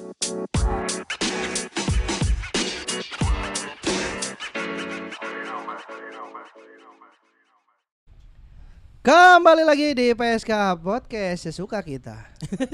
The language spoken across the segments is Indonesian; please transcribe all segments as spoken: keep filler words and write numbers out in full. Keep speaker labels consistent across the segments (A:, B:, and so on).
A: Kembali lagi di P S K Podcast sesuka kita.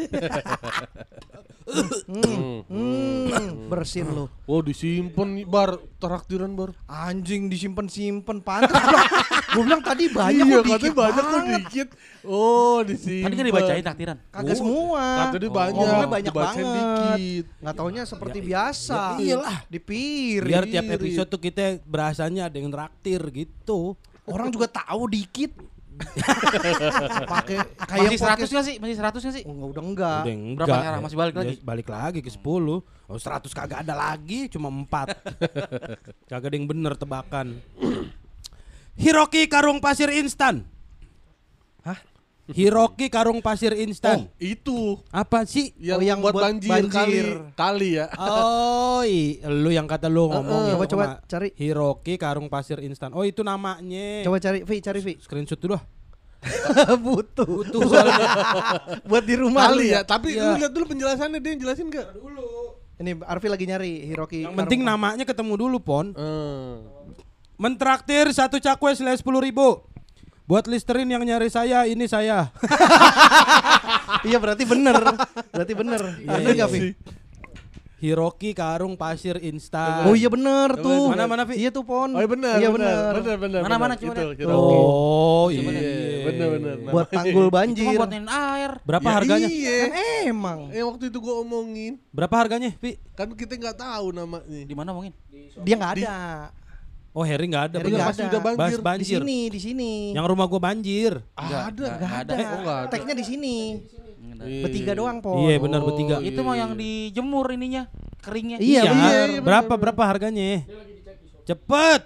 A: hmm, hmm, bersin lu.
B: Oh disimpan bar traktiran bar.
A: Anjing disimpan-simpan pantas. Gue bilang tadi banyak
B: iya,
A: kok dikit
B: banyak kok
A: banget.
B: dikit. Oh disimpan.
C: Tadi kan dibacain taktiran.
A: Kagak semua.
B: Tadi banyak.
A: Ngomongnya banyak
B: dibacain
A: banget.
B: dikit.
A: Nggak taunya seperti
D: Ya,
A: biasa.
D: ya iyalah.
A: Dipiring.
D: Biar tiap episode tuh kita berasanya ada yang traktir gitu.
A: Orang juga tahu dikit. Pakai kayak
C: Masih seratus nggak sih? Masih seratus nggak sih?
A: Oh, udah enggak.
D: Udah enggak.
C: Berapa sekarang? Masih balik
D: Ya,
C: lagi?
D: balik lagi ke sepuluh. Oh seratus kagak ada lagi, cuma empat. Kagak ada yang bener tebakan. Hiroki karung pasir instan.
A: Hah?
D: Hiroki karung pasir instan.
B: Itu
D: Apa sih?
B: yang,
A: Oh, yang
B: buat,
A: buat
B: banjir,
A: banjir.
B: kali kali ya.
D: Oh, i, lu yang kata lu ngomong.
A: Coba
D: itu
A: coba
D: mah
A: cari.
D: Hiroki karung pasir instan. Oh, itu namanya.
A: Coba cari Vi, cari Vi.
D: Screenshot dulu ah.
A: Butuh.
D: Butuh soalnya.
A: Buat di rumah lu
B: Kali
A: ya.
B: ya, tapi
D: Iya.
B: lu lihat dulu penjelasannya, dia jelasin enggak?
A: Ini Arfi lagi nyari Hiroki.
D: Yang penting
A: karung-
D: namanya ketemu dulu, Pon.
B: Eh.
D: Mentraktir satu cakwe senilai sepuluh ribu. Buat Listerin yang nyari saya, ini saya.
A: Iya berarti bener. Berarti bener.
D: Iya,
A: Bener
D: iya,
A: nggak Vi?
D: iya. Hiroki karung pasir instan.
A: Oh iya bener tuh.
D: Mana, mana, Vi?
A: Iya tuh Pon.
B: Oh iya benar,
A: Iya
B: benar,
A: bener.
B: benar, benar.
C: Mana, mana,
B: benar.
C: coba
B: Itu,
C: deh.
B: Hiroki.
D: Oh iya.
B: Benar, benar.
A: Buat tanggul
C: Itu
A: banjir.
C: mah buat nenin air.
D: Berapa
B: Ya
D: harganya?
B: Iya.
A: Kan emang.
B: Eh waktu itu gua omongin,
D: Berapa harganya, Vi?
B: kan kita nggak tahu namanya.
C: Di mana mungkin?
A: Dia nggak ada.
D: Oh, Harry enggak ada.
A: Harry
D: bener.
A: nggak
B: Pasti
A: ada.
B: udah banjir.
D: Bahas
A: Di
D: banjir.
A: sini, di sini.
D: Yang rumah gua banjir.
B: Ada.
C: Nggak ada.
A: Ada.
B: Oh, nggak ada.
A: Tagnya di sini.
B: Iya.
A: Bertiga doang Pon.
D: Iya, benar
B: Oh,
D: bertiga.
C: Itu
B: iya,
C: mah
B: iya.
C: yang dijemur ininya, keringnya.
A: Iya,
D: Iya,
A: bener.
D: berapa berapa harganya? Cepet.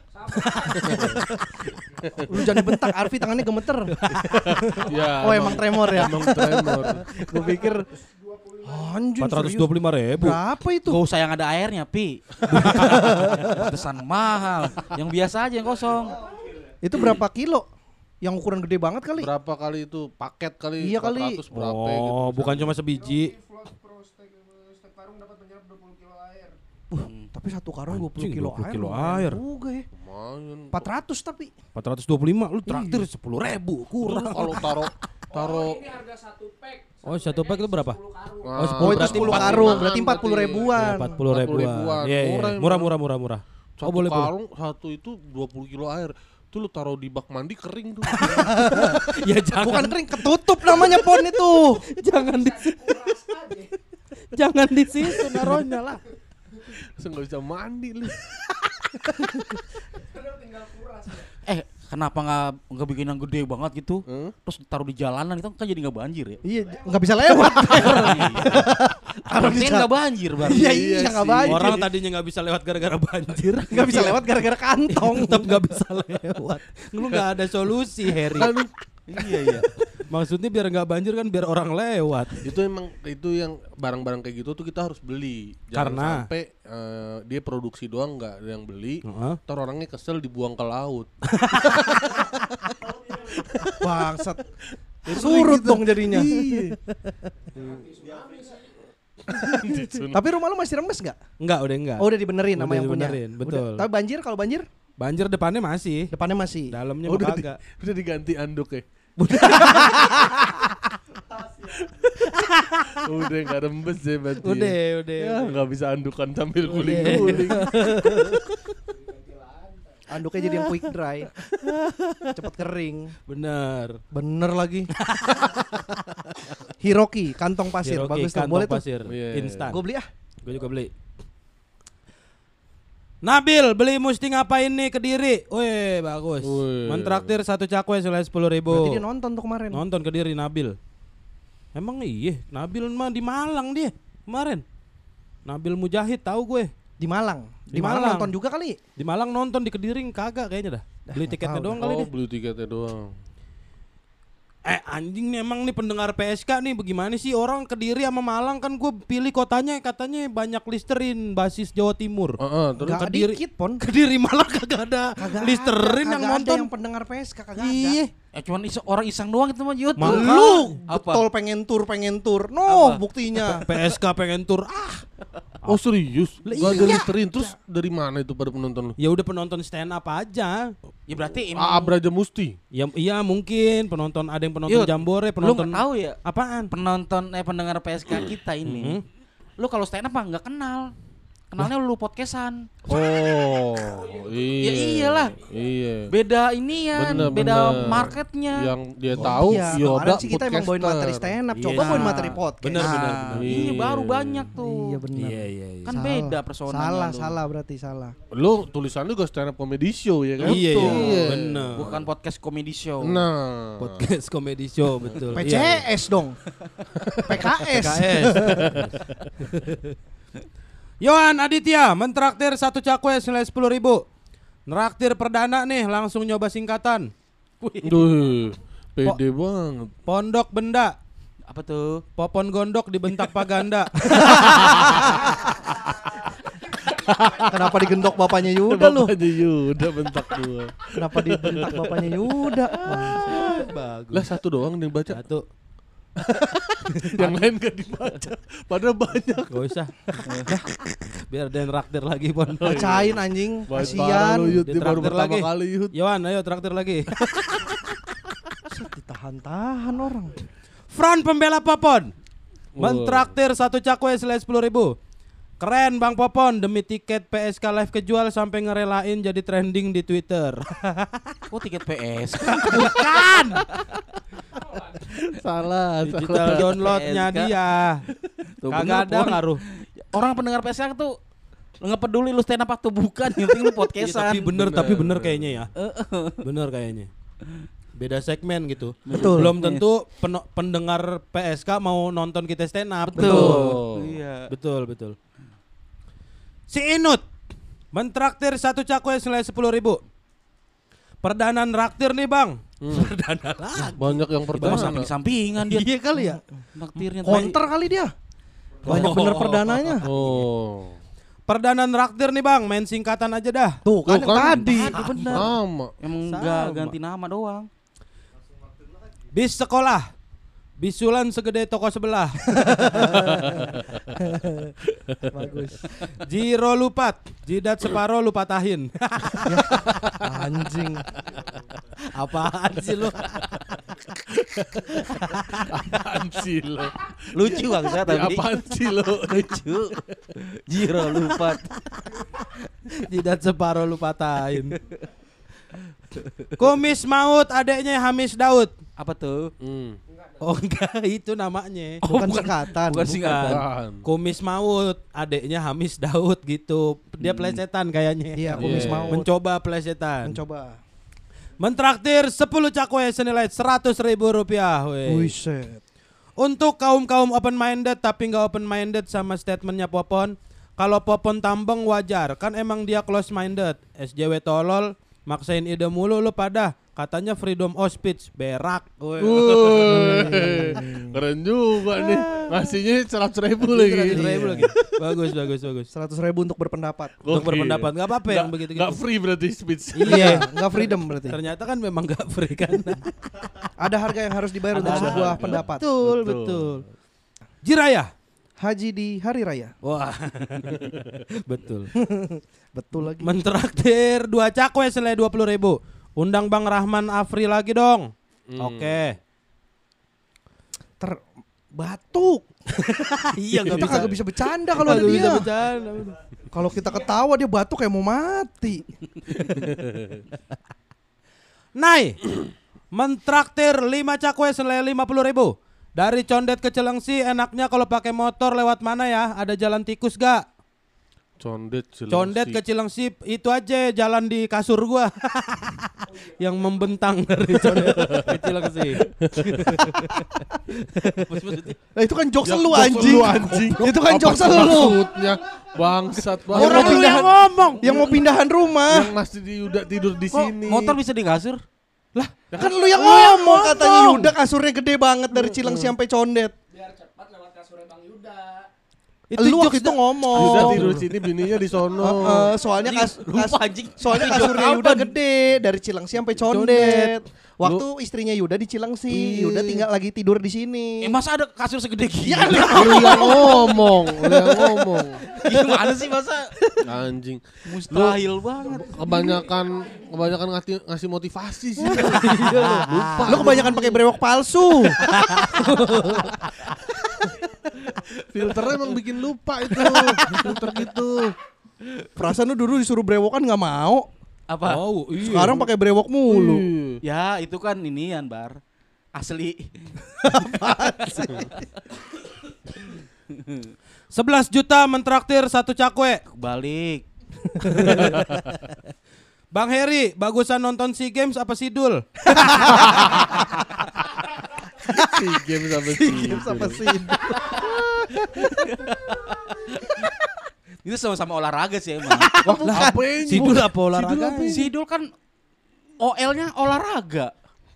A: Lu jangan bentak, Arfi tangannya gemeter.
B: Ya,
A: Oh emang tremor ya.
B: Emang tremor.
A: Gue pikir anjing
D: empat ratus
A: serius.
D: dua puluh lima ribu.
A: Berapa itu?
C: Gak usah yang ada airnya, Pi. Pantesan mahal. Yang biasa aja yang kosong.
A: Itu berapa kilo? Yang ukuran gede banget kali.
B: Berapa kali itu paket kali?
A: Iya kali.
B: empat ratus berapa gitu.
D: Oh, bukan cuma sebiji.
A: Tapi satu karung dua puluh
D: Anjing,
A: kilo
D: dua puluh
A: air.
D: kilo
A: lumayan
D: air.
A: Juga ya.
B: Lumayan.
A: empat ratus tapi.
D: empat ratus dua puluh lima lu traktir sepuluh ribu kurang.
B: Kalau taruh taruh
D: Oh, satu pack itu berapa?
B: Nah,
D: Oh, sepuluh
A: Oh itu
D: berarti
A: sepuluh
D: empat
A: karung,
B: ribuan
A: berarti empat puluh
B: berarti.
A: ribuan.
D: empat puluh ribuan.
B: ribuan.
D: Iya, iya.
B: Murah,
D: Murah,
B: emang.
D: murah, murah, murah.
B: satu
D: Oh, boleh, boleh.
B: karung satu itu dua puluh kilo air. Itu lu taruh di bak mandi kering tuh.
D: Ya jangan.
A: Bukan kering, ketutup namanya Pon itu.
D: Jangan di Jangan di situ naruhnya lah.
B: Langsung enggak bisa mandi lu.
C: Eh, kenapa nggak nggak bikin yang gede banget gitu?
B: Hmm?
C: Terus taruh di jalanan itu kan jadi nggak banjir ya?
A: Iya, nggak bisa lewat.
C: Harusnya nggak banjir, Bang.
A: Iya
B: Iya
A: iya nggak
B: sih.
A: banjir.
D: Orang tadinya nggak bisa lewat gara-gara banjir,
A: nggak bisa lewat gara-gara kantong.
D: tetap nggak bisa lewat. Lu nggak ada solusi, Harry.
C: Iya, iya.
D: Maksudnya biar nggak banjir kan biar orang lewat.
B: Itu emang itu yang barang-barang kayak gitu tuh kita harus beli. Jangan
D: Karena?
B: sampai eh, dia produksi doang nggak ada yang beli.
D: Heeh.
B: Ntar orangnya kesel dibuang ke laut.
A: Bangsat. Surut dong jadinya.
B: Iya.
A: Tapi rumah lu masih remes nggak?
D: Enggak, udah enggak.
A: Oh udah dibenerin sama
D: Udah
A: yang punya.
D: dibenerin, betul.
A: Udah. Tapi banjir kalau banjir
D: Banjir depannya masih,
A: depannya masih.
D: dalamnya
B: Oh,
D: mah
B: udah, di,
D: kagak.
B: udah diganti anduk ya. Udah nggak rembes ya berarti.
D: Udah, udah.
B: Ya,
D: udah.
B: nggak bisa andukan sambil guling-guling.
A: Anduknya jadi yang quick dry. Cepet kering.
D: Bener.
A: Bener lagi. Hiroki kantong pasir
D: Hiroki,
A: bagus tuh.
D: kantong
A: Boleh tuh.
D: pasir,
B: Iya.
D: instan.
A: Gue beli ah.
D: Gue juga beli. Nabil beli mesti ngapain nih Kediri? Wih bagus.
B: Wih.
D: Mentraktir satu cakwe senilai sepuluh ribu.
A: Berarti dia nonton tuh kemarin.
D: Nonton Kediri Nabil. Emang iya Nabil mah di Malang dia kemarin. Nabil Mujahid tahu gue.
A: Di Malang. Di,
D: Di
A: Malang.
D: Malang.
A: nonton juga kali.
D: Di Malang nonton, di Kediri kagak kayaknya dah. Beli
A: nggak
D: tiketnya
A: tahu
D: doang kali
B: Oh,
D: deh.
B: beli tiketnya doang.
D: Eh anjing nih emang nih pendengar P S K nih bagaimana sih orang Kediri sama Malang kan gue pilih kotanya katanya banyak Listerin basis Jawa Timur.
B: Heeh, terus
A: Gak
D: Kediri-
A: dikit Pon.
D: Kediri Malang kagak ada
A: Kagak
D: Listerin
A: ada,
D: yang
A: kagak
D: nonton.
A: ada yang pendengar P S K kagak
D: Iya.
A: ada.
C: Eh cuman is- orang iseng doang itu mah Yud.
D: Ma-
A: Lu
C: Apa?
A: betul pengen tur pengen tur. No,
C: Apa?
A: buktinya.
D: P S K pengen tur. Ah,
B: Oh serius?
A: Lah
B: Gak ada
A: iya.
B: listerin. Terus dari mana itu pada penonton lu?
D: ya udah penonton stand up aja.
C: Ya berarti emang
B: Aa Braja Musti.
D: Ya iya mungkin penonton ada yang penonton
C: Yud,
D: Jambore,
C: lu
D: penonton
C: nggak tahu ya
D: apaan?
C: penonton eh pendengar P S K kita ini.
D: Mhm.
C: Lu kalau stand up mah nggak kenal. Kenalnya lu podcastan.
B: Oh, iya.
C: Ya iyalah.
B: Iya.
C: Beda ini ya,
B: Bener,
C: beda
B: bener.
C: marketnya.
B: Yang dia tahu
A: Iya,
B: Yoda
A: kemarin sih kita emang bawain
B: podcaster.
A: materi stand up. Coba
D: Iya.
A: bawain materi podcast.
D: Bener, bener,
C: Nah,
D: bener.
C: Iya
B: Iya.
C: baru banyak tuh.
A: Iya benar.
D: Iya iya iya.
C: Kan
A: Salah.
C: beda personanya
A: Salah,
C: lu.
A: salah berarti salah.
B: Lu tulisan lu juga stand up comedy show ya kan?
D: Iya,
B: Betul.
D: iya, bener.
C: Bukan podcast comedy show.
B: Nah.
D: Podcast comedy show betul.
A: P C
D: Iya.
A: S dong. P K S.
D: P K S. Yohan Aditya mentraktir satu cakwe senilai sepuluh ribu. Neraktir perdana nih, langsung nyoba singkatan.
B: Duh, pede banget.
D: Pondok benda,
C: Apa tuh?
D: popon gondok dibentak paganda.
A: Kenapa digendok bapaknya Yuda lu?
B: Bapaknya Yuda bentak gua.
A: Kenapa dibentak bapaknya Yuda?
D: Bagus.
B: Lah satu doang yang baca.
D: Satu.
B: Yang lain gak dibaca. Padahal banyak.
D: Gak usah. Biar dia neraktir lagi pon.
A: Bacain anjing,
B: Baik
A: kasihan.
B: parah lu Yud, dia baru
D: Ditraktir
B: pertama
D: lagi.
B: kali Yud.
D: Yohan, ayo traktir lagi.
A: Set, ditahan-tahan orang.
D: Front pembela Popon.
B: Wow.
D: Mentraktir satu cakwe senilai sepuluh ribu. Keren Bang Popon, demi tiket P S K live kejual sampai ngerelain jadi trending di Twitter.
C: Oh tiket P S.
D: Bukan.
B: Salah,
D: Digital downloadnya
C: P S K.
D: dia.
C: Tuh,
D: Kagak
C: bener,
D: ada
C: Pon.
D: ngaruh.
C: Orang pendengar P S K tuh nggak peduli lu stand up atau bukan, yang penting lu
D: Iya,
C: podcastan.
D: tapi bener,
B: Bener,
D: tapi bener
B: bener.
D: kayaknya ya. Bener kayaknya. Beda segmen gitu.
A: Betul.
D: Belum tentu peno- pendengar P S K mau nonton kita stand up.
C: Betul. Iya.
D: Betul, betul. Si Inut mentraktir satu cakwe senilai sepuluh ribu. Perdana raktir nih Bang. Perdana lah.
B: banyak yang
C: Itu mah
B: pertama.
C: samping-sampingan dia.
D: Iya kali ya.
C: Naktirnya
A: Konter kali dia. Banyak bener perdananya.
B: Oh.
D: Perdana raktir nih Bang, main singkatan aja dah.
A: Tuh kan
B: Tuh
A: yang
B: kan.
A: tadi.
C: Tadi bener.
B: Sama.
C: Emang
D: Sama.
C: enggak ganti nama doang.
D: Bis sekolah. Bisulan segede toko sebelah.
A: Bagus.
D: Jiro lupat, jidat separo lu patahin.
A: Anjing.
D: Apaan sih lu?
B: Apaan sih lo?
C: Lucu bangsa tapi.
B: Apaan sih lo?
C: Lucu. Jiro lupa.
D: Jidat separo lu patahin. Kumis maut adeknya Hamis Daud.
C: Apa tuh?
B: Hmm.
D: Oh enggak, itu namanya.
A: Bukan singkatan.
C: Bukan singkatan.
B: Bukan.
D: Kumis maut adeknya Hamis Daud gitu. Dia plesetan kayaknya.
A: Iya, kumis
B: Iya.
A: mau
D: Mencoba plesetan.
A: mencoba.
D: Mentraktir sepuluh cakwe senilai seratus ribu rupiah. Weh.
A: Buset.
D: Untuk kaum-kaum open minded tapi nggak open minded sama statementnya Popon. Kalau Popon tambeng wajar, kan emang dia close minded. S J W tolol, maksain ide mulu lu pada. Katanya freedom of speech, berak.
B: Wuih, keren juga nih. Ngasihnya seratus ribu lagi.
D: seratus ribu lagi. Bagus, bagus, bagus.
A: Seratus ribu untuk berpendapat.
D: Untuk
B: Gokil.
D: berpendapat nggak apa-apa yang begitu-gitu.
B: Gak free berarti speech.
A: Iya, nggak freedom berarti.
D: Ternyata kan memang nggak free kan.
A: Ada harga yang harus dibayar untuk
D: Ada
A: sebuah
B: harga.
A: pendapat.
D: Betul, betul. Jiraya.
A: Haji di hari raya.
D: Wah. Betul.
A: Betul lagi.
D: Mentraktir dua cakwe senilai dua puluh ribu. Undang Bang Rahman Afri lagi dong.
B: Hmm.
D: Oke.
A: Ter batuk.
D: Iya
A: Kita kagak bisa bercanda kalau ada
D: Nggak bisa
A: dia.
D: bercanda.
A: Kalau kita ketawa dia batuk kayak mau mati.
D: Nai. Mentraktir lima cakwe senilai lima puluh ribu. Dari Condet ke Cilengsi enaknya kalau pakai motor lewat mana ya? Ada jalan tikus gak?
B: Condet, Cilengsi.
D: Condet ke Cilengsi itu aja jalan di kasur gua. Yang membentang dari Condet ke Cilengsi.
A: Nah, itu kan jokes
B: Ya,
A: lu
B: jokes
A: anjing.
B: lu, anjing.
A: Itu kan
B: Apa
A: jokes lu.
B: maksudnya? Bangsat banget.
A: Orang
D: Orang
A: mau
D: lu yang
A: pindahan-
D: ngomong.
A: Yang mau pindahan rumah.
B: Yang masih di, udah tidur di
C: Kok
B: sini.
C: motor bisa di kasur?
D: Lah,
A: Kan lu yang ngomong katanya Yuda kasurnya gede banget dari Cilengsi sampai Condet.
D: Itu
A: Lu waktu
D: jokes
A: itu
D: dah.
A: ngomong.
B: Yuda tidur sini, bininya di sono.
A: Heeh, soalnya
C: Anjing,
A: kas,
C: lupa
A: kas-
C: anjing.
A: soalnya
C: Itu
A: kasurnya
C: jokes
A: Yuda
C: apa?
A: gede dari Cilengsi sampai Condet. Waktu istrinya Yuda di Cilengsi, Yuda tinggal lagi tidur di sini.
C: Eh masa ada kasur segede gini?
A: Ya,
B: Lu yang ngomong, lu yang ngomong.
C: Gimana sih masa?
B: Anjing.
C: Mustahil banget.
B: Kebanyakan kebanyakan ngasih ngasih motivasi sih. Lupa.
A: Lu kebanyakan pakai brewok palsu.
B: Filternya emang bikin lupa itu. Filter gitu.
A: Perasaan lu dulu disuruh brewokan nggak mau.
C: Apa?
D: Oh, iya.
A: Sekarang pakai brewok mulu.
C: Ya itu kan inian bar asli.
D: sebelas juta mentraktir satu cakwe.
C: Balik.
D: Bang Heri, bagusan nonton SEA Games apa Sidul?
B: Si game sama si.
A: Game sama sih.
C: Itu sama-sama olahraga sih emang.
B: Wah, apa ini?
D: Sidul apa olahraga?
C: Sidul kan O L-nya olahraga.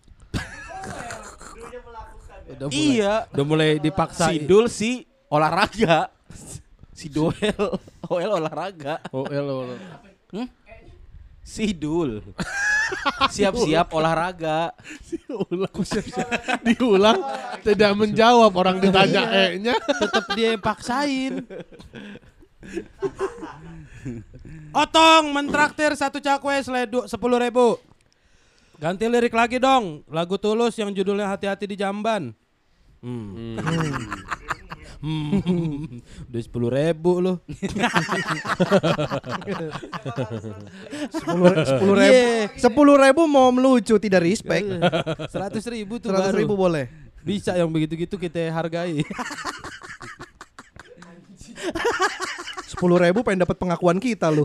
D: Udah mulai,
C: Iya.
D: udah mulai dipaksa.
C: Sidul si olahraga. Sidul O L olahraga.
B: Oh, elo.
C: Hmm? Sidul. Siap-siap olahraga.
B: Diulang, diulang, tidak menjawab orang ditanya E-nya.
D: Tetap dia yang paksain. Otong mentraktir satu cakwe selai sepuluh ribu. Ganti lirik lagi dong. Lagu Tulus yang judulnya Hati-hati di Jamban. Hmm. Hmm. Udah sepuluh ribu loh.
A: Sepuluh ribu, sepuluh ribu mau melucu tidak respect.
D: Seratus ribu tuh
A: Seratus
D: baru.
A: ribu boleh.
D: Bisa yang begitu-gitu kita hargai.
A: Sepuluh ribu pengen dapat pengakuan kita lu.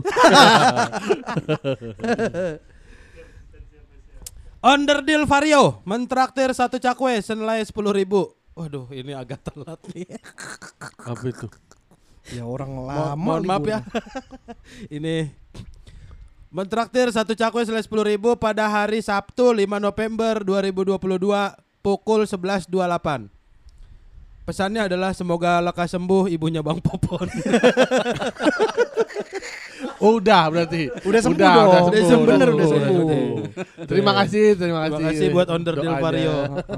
D: Onderdil Vario mentraktir satu cakwe senilai sepuluh ribu. Waduh, ini agak telat nih.
B: Apa itu?
A: Ya orang
D: Mo-
A: lama.
D: mohon maaf ya. Ini mentraktir satu cakwe senilai sepuluh ribu pada hari Sabtu lima November dua ribu dua puluh dua pukul sebelas dua puluh delapan. Pesannya adalah semoga lekas sembuh ibunya Bang Popon.
B: Oh, udah berarti.
A: Udah sembuh
B: udah,
A: dong.
B: Udah
A: Udah
B: sembuh,
A: sembuh, bener,
B: udah
A: udah
B: sembuh.
A: sembuh.
B: Terima kasih, terima kasih.
D: Terima kasih buat Onderdil
B: Doanya.
D: Vario.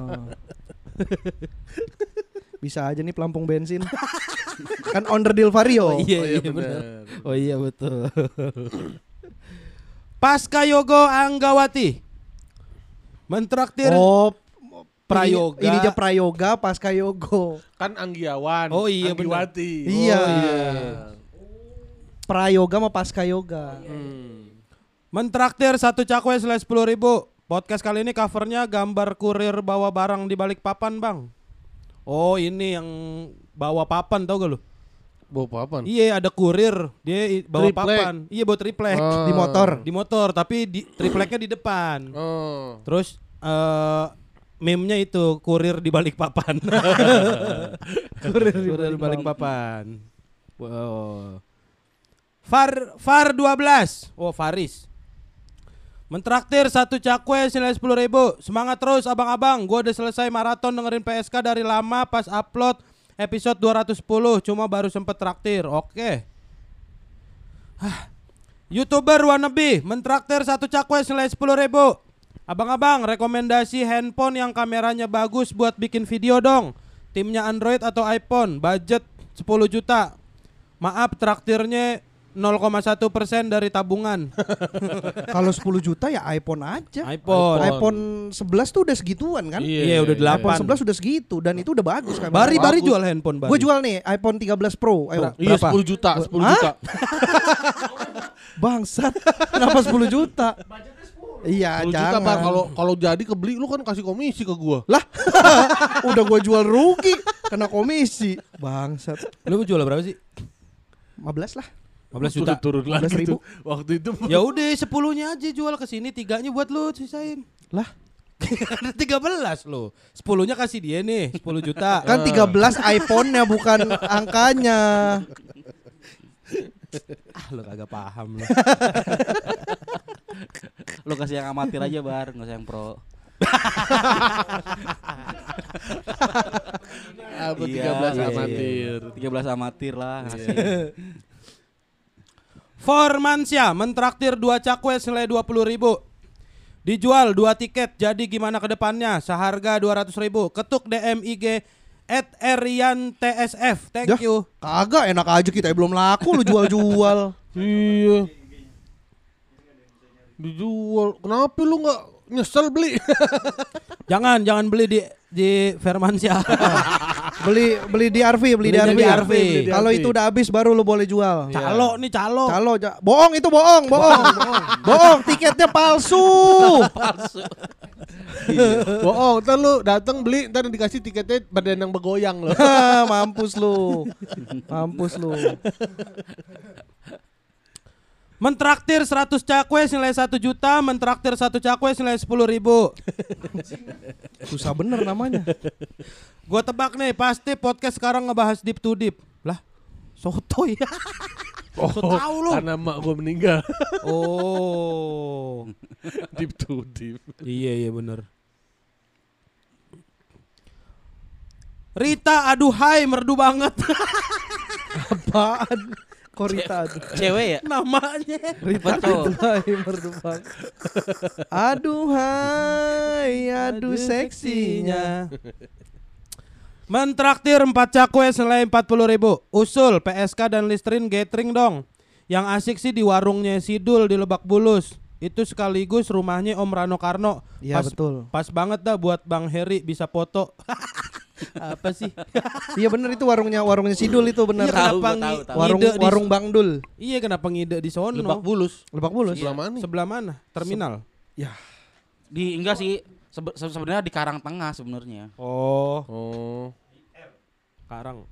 A: Bisa aja nih pelampung bensin. Kan onderdil Vario.
D: Oh, iya,
B: Oh,
D: iya
B: iya
D: benar.
B: benar.
D: Oh iya betul. Pasca Yogo Anggawati mentraktir
A: Oh,
D: Prayoga.
A: Ini, ini aja Prayoga pasca Yogo.
B: Kan Anggiawan.
D: Oh, iya, benar.
B: Anggiwati.
A: Iya.
B: Oh, iya.
A: Prayoga sama pasca yoga.
B: Hmm.
D: mentraktir satu cakwe selai sepuluh ribu. Podcast kali ini covernya gambar kurir bawa barang di balik papan bang. Oh ini yang bawa papan tau gak lu?
B: Bawa apaan?
D: Iya ada kurir dia i- bawa
B: Triplek.
D: papan. Iya bawa triplek
B: Ah.
A: Di motor.
D: di motor tapi di tripleknya di depan.
B: Oh.
D: Terus eh meme-nya itu kurir di balik papan. kurir di balik papan. Wow. Far Far dua belas. Oh Faris. Mentraktir satu cakwe senilai sepuluh ribu. Semangat terus abang-abang. Gue udah selesai maraton dengerin P S K dari lama pas upload episode dua ratus sepuluh. Cuma baru sempet traktir. Oke. Hah. YouTuber wannabe mentraktir satu cakwe senilai sepuluh ribu. Abang-abang rekomendasi handphone yang kameranya bagus buat bikin video dong. Timnya Android atau iPhone. Budget sepuluh juta. Maaf traktirnya nol koma satu persen dari tabungan.
A: Kalau sepuluh juta ya iPhone aja.
D: iPhone.
A: iPhone sebelas tuh udah segituan kan?
D: Iya, udah delapan.
A: iPhone sebelas udah segitu dan itu udah bagus kan.
D: Bari-bari jual handphone Bari.
A: Gue jual nih iPhone tiga belas Pro. Ayo.
B: Iya
D: Berapa?
B: sepuluh juta, sepuluh
A: Hah?
B: juta.
A: Bangsat. Kenapa sepuluh juta? Iya,
B: sepuluh juta
A: jangan.
B: Pak, kalau kalau jadi kebeli lu kan kasih komisi ke gua.
A: Lah, udah gue jual rugi, kena komisi. Bangsat.
D: Lu jual berapa sih?
A: lima belas lah.
D: lima belas juta.
B: Turun, turun lagi
A: lima belas ribu.
B: tuh. Waktu itu
D: Ya udah sepuluhnya aja jual ke sini, tiganya buat lu sisain.
A: Lah,
D: Ada tiga belas lo. sepuluhnya kasih dia nih, sepuluh juta.
A: kan tiga belas iPhone-nya bukan angkanya.
D: Ah, lu kagak paham lu.
C: Lo kasih yang amatir aja bar, nggak usah yang pro.
B: Apa
C: Iya,
B: tiga belas
C: iya,
B: amatir.
C: tiga belas amatir lah. ngasih.
D: Formansyah mentraktir dua cakwe senilai dua puluh ribu. Dijual dua tiket, jadi gimana ke depannya? Seharga dua ratus ribu. Ketuk D M I G at Erian T S F. Thank
A: Dah.
D: you.
A: Kagak, enak aja kita belum laku lu jual-jual.
B: Iya. Dijual. Kenapa lu nggak nyesel beli?
D: Jangan, jangan beli di di Firmansyah.
A: Beli beli di R V, beli di
D: Belinya
A: R V.
D: di R V.
A: Kalau itu udah habis baru lu boleh jual.
D: Calo nih calo.
A: Calo, ja- bohong itu bohong, bohong, bohong. Bohong, tiketnya palsu.
C: Palsu.
B: Bohong, ntar lu datang beli, ntar dikasih tiketnya badan yang bergoyang loh.
A: Mampus lu. Mampus lu.
D: Mentraktir seratus cakwe senilai satu juta, mentraktir satu cakwe senilai sepuluh ribu.
A: Susah bener namanya.
D: Gua tebak nih, pasti podcast sekarang ngebahas deep to deep. Lah, sotoy.
B: Oh,
D: tahu lu.
B: karena emak gue meninggal.
D: Oh.
B: Deep to deep.
D: Iya, iya bener. Rita, aduh hai, merdu banget.
A: Apaan? Korita aduh.
C: Cewek ya?
D: Namanya.
A: Rita
C: Betul.
A: hai merdubang. Aduh hai, aduh seksinya.
D: Mentraktir empat cakwe senilai empat puluh ribu. Usul P S K dan Listerin gathering dong. Yang asik sih di warungnya Sidul di Lebak Bulus. Itu sekaligus rumahnya Om Rano Karno.
A: Iya
D: Pas-
A: betul.
D: Pas banget dah buat Bang Heri bisa foto. Apa sih?
A: Iya bener itu warungnya warungnya Sidul itu bener.
D: Iya,
C: Tahu,
D: kenapa
C: gua
D: ngi-
C: tahu, tahu.
A: Warung
D: ngide di-
A: warung Bang Dul.
D: Iya, kenapa ngide di sono?
C: Lebak Bulus.
A: Lebak Bulus.
B: Sebelah mana?
D: Sebelah mana? Terminal.
C: Di enggak sih sebe- se- sebenarnya di Karang Tengah sebenarnya.
D: Oh,
B: Oh,
D: Karang.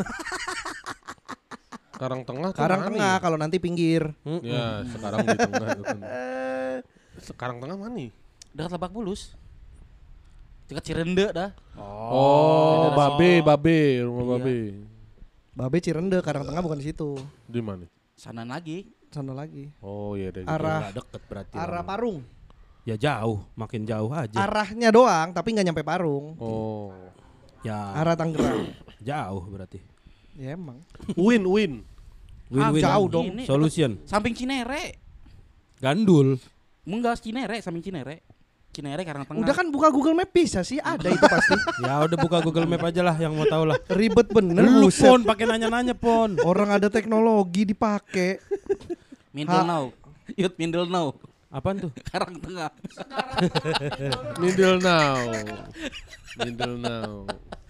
B: Karang Tengah. tuh
A: Karang
B: mana
A: Tengah
B: ya?
A: kalau nanti pinggir.
B: Ya, sekarang di tengah. Itu kan. Sekarang Tengah mana nih?
C: Dekat Lebak Bulus. Dekat Cirende dah.
B: Oh,
C: daerah
B: Babe,
C: situ.
B: Babe, rumah
C: Iya.
B: Babe.
A: Babe Cirende, Karang Tengah bukan di situ.
B: Di mana?
C: Sana lagi.
A: Sana lagi.
B: Oh iya deh.
A: Arah
D: Deket berarti.
A: arah Parung.
D: Ya jauh, makin jauh aja.
A: Arahnya doang tapi nggak nyampe Parung.
B: Oh.
D: Ya,
A: Arah Tangerang.
D: jauh berarti.
A: Ya emang.
B: Win, win.
D: Win-win.
A: Ah, jauh dong.
C: Ini
D: Solution.
C: dekat Samping Cinere.
D: Gandul.
C: Enggak Cinere, samping Cinere. Cinere Karang Tengah.
A: Udah kan buka Google Map bisa sih, ada itu pasti.
D: Ya udah buka Google Map aja lah yang mau tahu lah.
A: Ribet bener.
D: Lu
A: buset.
D: pon pakai nanya-nanya pon.
A: Orang ada teknologi dipakai.
C: Mindel
A: Ha.
C: now. Yut Mindel now.
D: Apaan tuh?
C: Karang Tengah.
B: Middle now. Middle now.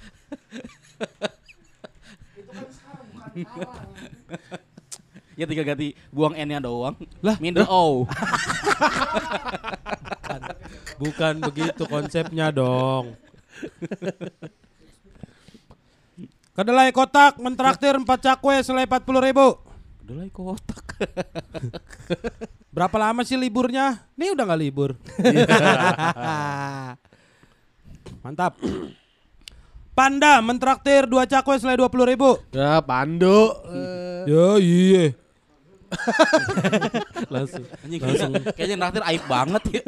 C: Ya tinggal ganti buang N-nya doang.
D: Lah,
C: Mindel O.
D: Bukan begitu konsepnya dong. Kedelai kotak mentraktir empat cakwe senilai empat puluh ribu.
C: Udah lah kotak.
D: Berapa lama sih liburnya? Nih udah nggak libur. Mantap. Panda mentraktir dua cakwe senilai dua puluh ribu.
B: Ya, Pando. Eh,
D: Ya iya. Langsung.
C: Anjing kayaknya, kayaknya naktir aib banget ya.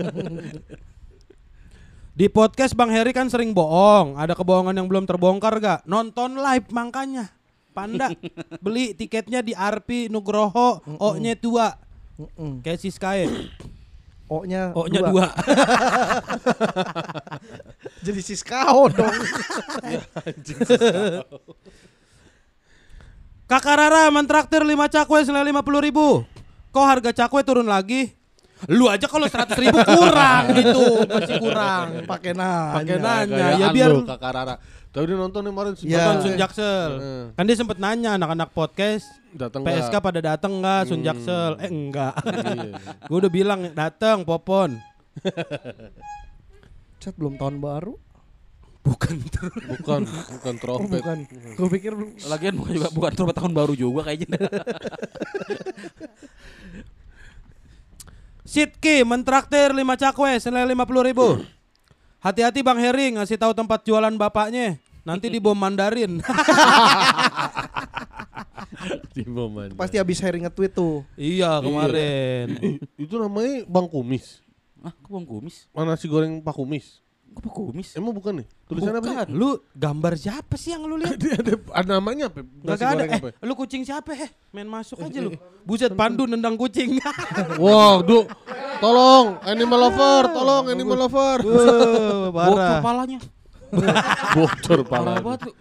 D: Di podcast Bang Heri kan sering bohong. Ada kebohongan yang belum terbongkar gak? Nonton live makanya. Panda beli tiketnya di R P Nugroho. O-nya dua.
A: Mm-mm.
D: Kayak si Sky.
A: O-nya
D: O-nya dua.
A: Jadi Siskao dong.
D: Kakak Rara mentraktir lima cakwe senilai lima puluh ribu. Kok harga cakwe turun lagi? Lu aja kalau seratus ribu kurang gitu. Masih kurang.
A: Pakai nanya.
D: Pakai nanya.
B: gayaan
D: Ya biar
B: lu, Kakak Rara. Tadi dia nonton nih kemarin
A: Ya.
D: nonton Sun Jaksel.
B: Heeh.
D: Kan dia sempet nanya anak-anak podcast
B: Datang
D: P S K pada datang enggak Sun Jaksel? Eh enggak.
B: Iya.
D: Gue udah bilang datang Popon.
A: Chat belum tahun baru.
D: Bukan terus.
B: Bukan, bukan
A: Oh,
B: trompet.
A: bukan. Gue pikir
C: Lagian bukan juga bukan terus tahun baru juga kayaknya.
D: Sitki mentraktir lima cakwe senilai lima puluh ribu. Hati-hati Bang Heri ngasih tahu tempat jualan bapaknya. Nanti dibom Mandarin.
B: Di momen.
A: pasti habis sharing nge-tweet tuh.
D: Iya kemarin.
B: Itu namanya Bang Kumis.
C: Ah, kok bang kumis?
B: Mana nasi goreng Pak Kumis?
C: Kok Pak Kumis?
B: Emang bukan nih? Tulisannya apa sih?
D: Bukan. Lu gambar siapa sih yang lu lihat?
B: Dia ada, ada namanya apa?
D: Gak
B: Nasi
D: ada.
B: goreng
D: Eh,
B: apa?
D: lu kucing siapa? Eh, main masuk aja lu. Buset, Pandu nendang kucing.
B: Wow, Du. Tolong, animal lover, tolong animal lover.
D: Wah,
C: Bocor
D: parah.
C: palanya.
B: Bocor
C: Parah
B: pala.
C: banget lu.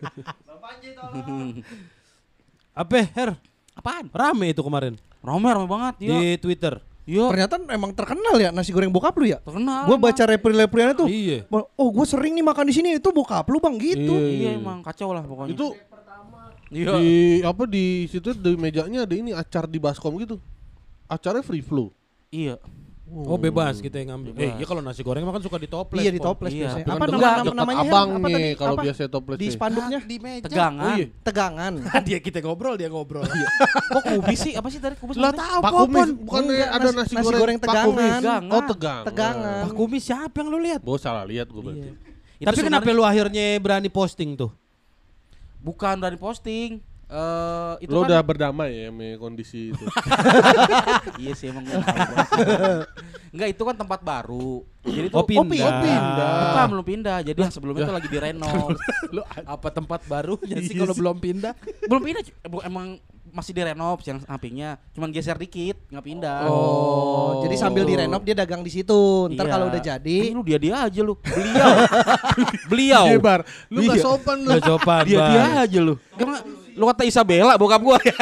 D: Apa, Her?
C: Apaan?
D: Rame itu kemarin
C: Rame rame banget
D: di
C: ya.
D: Twitter.
C: Iya.
A: Ternyata emang terkenal ya nasi goreng bokap lu ya.
C: Terkenal.
A: Gue
C: emang.
A: baca reply-reply-nya tuh.
D: Iya.
A: Oh, gue sering nih makan di sini, itu bokap lu bang gitu.
C: Iya emang kacau lah pokoknya.
B: Itu
C: iya.
B: di apa di situ di mejanya ada ini acar di baskom gitu. Acarnya free flow.
C: Iya.
D: Oh, bebas kita yang ngambil.
C: Bebas.
D: Eh, iya kalau nasi goreng mah kan suka ditoples.
A: Iya
D: Pon.
A: di toples
C: Iya.
A: biasanya.
B: Dengan
A: Apa
B: dekat-
A: nama, nama
B: dekat
A: namanya? Her?
B: abang
A: Apa
B: nih
A: tadi?
B: kalau
A: Apa?
B: biasa toples
A: Di
B: nih.
A: spanduknya
D: Di meja.
C: Tegangan.
B: Oh iya.
A: tegangan.
D: Dia kita ngobrol, dia ngobrol.
C: Kok kumis sih? Apa sih tadi kumis?
D: Lah
C: maksudnya?
D: tahu
B: Pak
D: Popon.
B: Kumis bukan
A: Enggak,
B: ada
A: nasi-
B: nasi,
A: nasi
B: goreng,
A: goreng
B: Pak Kumis.
C: tegangan.
B: Oh tegang.
A: Tegangan.
D: Pak Kumis siapa yang lu lihat?
B: Gue salah lihat gue berarti.
C: Itu
D: Tapi kenapa
C: sebenarnya
D: lu akhirnya berani posting tuh?
C: bukan dari posting. Eh itu
B: Lo
C: kan
B: udah berdamai ya sama kondisi itu.
C: iya sih emang gua tahu banget. Enggak, itu kan tempat baru. Jadi tuh
D: Oh, pindah.
A: Oh, pindah.
C: Bukan, belum pindah. Jadi yang sebelumnya tuh lagi direnov.
D: Apa tempat barunya sih
B: Iya
D: kalau
B: sih.
D: belum pindah?
C: Belum pindah, cu- bu- emang masih direnov yang sampingnya. Cuman geser dikit, nggak pindah.
A: Oh, jadi sambil direnov dia dagang di situ. Ntar
C: Iya.
A: kalau udah jadi,
C: Ini lu dia dia aja lu. Beliau. Beliau.
B: Iya bar, lu gak
C: Iya.
B: sopan lu.
D: Gak sopan,
C: Dia dia
D: Bang.
C: aja lu. Gimana? Lu kata Isabella bokap gua ya.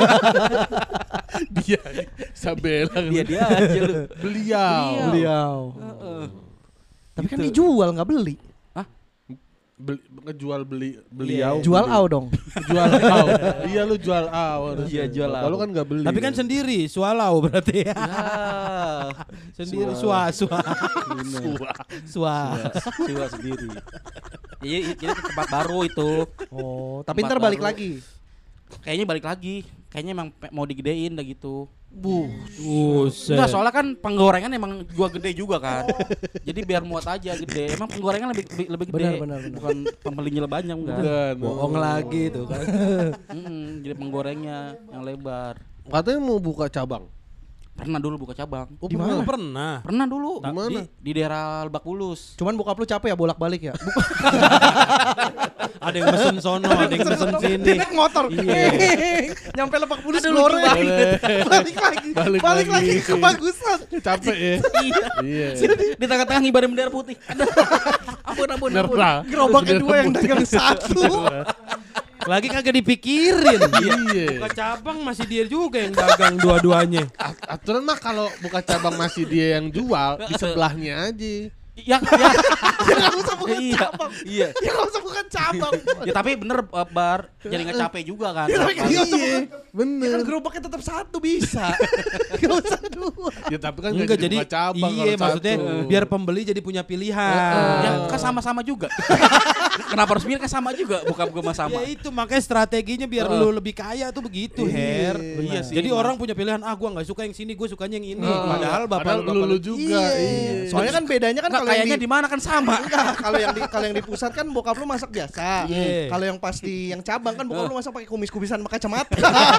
B: Dia Isabella.
C: Dia dia aja lu.
B: Beliau.
A: beliau.
C: Heeh.
A: Tapi kan dijual nggak beli.
B: Beli, ngejual beli beliau.
A: Jual
B: beli.
A: au dong.
B: Jual au. Iya lu jual au.
C: Iya, jual au.
B: Kalau kan nggak beli.
D: Tapi kan sendiri, swallow berarti ya.
C: Ya.
D: Sendiri, swa, swa. Swa.
C: Siwa sendiri. Jadi jadi tempat baru itu.
A: Oh, tapi
C: Tempat
A: ntar balik
C: baru.
A: lagi.
C: Kayaknya balik lagi. Kayaknya emang pe- mau digedein dah gitu.
A: Bu.
D: Buset.
C: Enggak, soalnya kan penggorengan emang gua gede juga kan. Jadi biar muat aja gede. Emang penggorengan lebih lebih, lebih gede.
A: Benar, benar, benar.
C: Bukan pembelinya banyak enggak.
B: Bukan.
D: Bohong lagi tuh kan.
C: Mm-mm, jadi penggorengnya yang lebar.
B: Katanya mau buka cabang.
C: Pernah dulu buka cabang.
B: Oh,
A: Di mana?
D: Oh, pernah.
C: Pernah dulu.
B: Di mana?
C: Di, di daerah Lebak Bulus.
A: Cuman bokap lu capek ya bolak-balik ya.
D: Ada yang mesen sono, ada yang mesen sini.
A: Dia naik motor.
D: Iya.
A: Nyampe Lebak Bulus
C: Aduh, lucu
A: goreng.
C: banget.
A: Balik lagi.
B: Balik
A: Balik lagi
B: lagi.
A: ke bagusan.
B: Capek ya.
C: Iya.
B: Iya.
C: Di tengah-tengah ngibarin bendera putih. Aduh. Ampun, ampun, ampun.
B: Nerah.
A: Gerobaknya dua yang dagang satu.
D: Lagi kagak dipikirin.
B: Iya.
D: Buka cabang masih dia juga yang dagang dua-duanya.
B: A- Aturan mah kalau buka cabang masih dia yang jual, di sebelahnya aja.
C: Ya, ya.
A: Ya nggak usah buka
C: Iya.
A: cabang.
C: Iya.
A: Ya nggak usah buka cabang.
C: Ya tapi bener uh, Bar, jadi nggak capek juga kan.
A: Ya, tapi
C: Kan?
A: nggak usah buka. Ya
B: Bener.
A: kan gerobaknya tetap satu bisa. Gak usah dua.
B: Ya tapi kan
D: Enggak
B: nggak
D: jadi
B: buka cabang
D: iya
B: kalau
D: maksudnya
B: satu.
D: biar pembeli jadi punya pilihan.
C: Ya kan sama-sama juga. Kenapa harus milih kan sama juga, bukan gue sama.
D: Ya itu makanya strateginya biar
C: Uh.
D: lu lebih kaya tuh begitu, Her.
C: Iya sih,
D: Jadi
C: emang.
D: orang punya pilihan, ah gua nggak suka yang sini, gue sukanya yang ini.
B: Uh.
D: Padahal bapak
B: Padahal
D: lu, bapak
B: lu, lu
D: lu
B: juga. Iya.
A: Soalnya kan bedanya kan
C: Enggak,
A: kalau yang
C: kayaknya
A: di
C: di mana kan sama.
A: Enggak, kalau yang di kalau yang di pusat kan bokap lu masak biasa.
D: Iya.
A: Kalau yang pas di yang cabang kan bokap lu masak pakai kumis-kumisan pakai kacamata.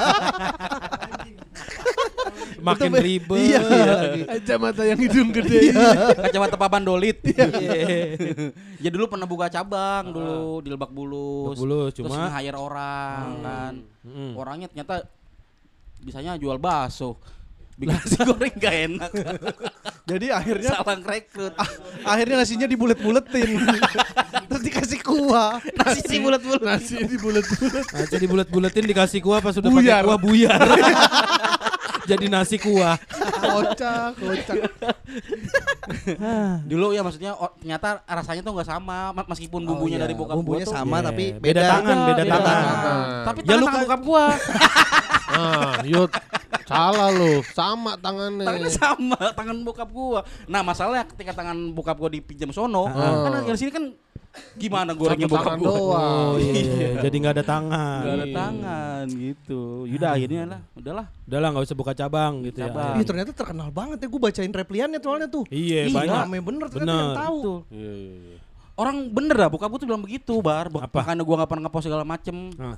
D: makin
A: Itu be-
D: ribet.
A: Iya, iya lagi.
B: Kacamata yang hidung gede.
C: Kacamata papan dolit. Ya dulu pernah buka cabang dulu di Lebak Bulus.
D: Lebak Bulus,
C: Terus
D: cuma-
C: nge-hire orang kan.
D: Mm.
C: Orangnya ternyata bisanya jual bakso. Bikin nasi goreng gak enak.
A: Jadi akhirnya
C: Salah ngerekrut.
A: akhirnya nasinya dibulet-buletin. Terus dikasih kuah.
C: Nasi sih bulat-bulat.
B: Nasi di bulat-bulat.
D: Nah, jadi bulet-buletin dikasih kuah pas sudah pakai
B: Buyar.
D: kuah buyar. Jadi nasi kuah.
B: Kocak, kocak.
C: Dulu ya maksudnya oh, ternyata rasanya tuh nggak sama ma- meskipun
A: Oh
C: bumbunya
A: iya,
C: dari bokap
A: bumbunya
C: gua tuh.
A: sama
D: Iya,
A: tapi
D: beda
A: beda,
D: tangan, beda
C: Beda
D: tangan.
C: tangan. Tapi
D: Ya
C: tangan
D: lu
C: tangan
D: kan-
C: bokap gua.
B: Ah, yut. Salah lu, sama tangannya.
C: Tangannya sama tangan bokap gua. Nah, masalahnya ketika tangan bokap gua dipinjam sono,
B: Ah.
C: kan yang sini kan gimana gorengnya
B: Satu
C: bokap
B: tangan
C: gua.
B: doang.
D: Oh iya, jadi nggak ada tangan.
C: Gak ada tangan gitu. Yaudah akhirnya lah, udahlah.
D: Udah lah nggak usah buka cabang gitu
C: Cabang.
A: Ih
D: ya.
A: ternyata terkenal banget ya gue bacain repliannya soalnya tuh.
D: Iya,
C: Iya.
D: banyak.
A: Rame bener ternyata
D: Bener.
A: yang tahu.
C: Tuh.
B: Iya, iya, iya.
C: Orang bener dah bokap gua tuh bilang begitu, Bar. Bok-
D: Apa?
C: Makanya gua gak pernah ngepost segala macem.
D: Nah.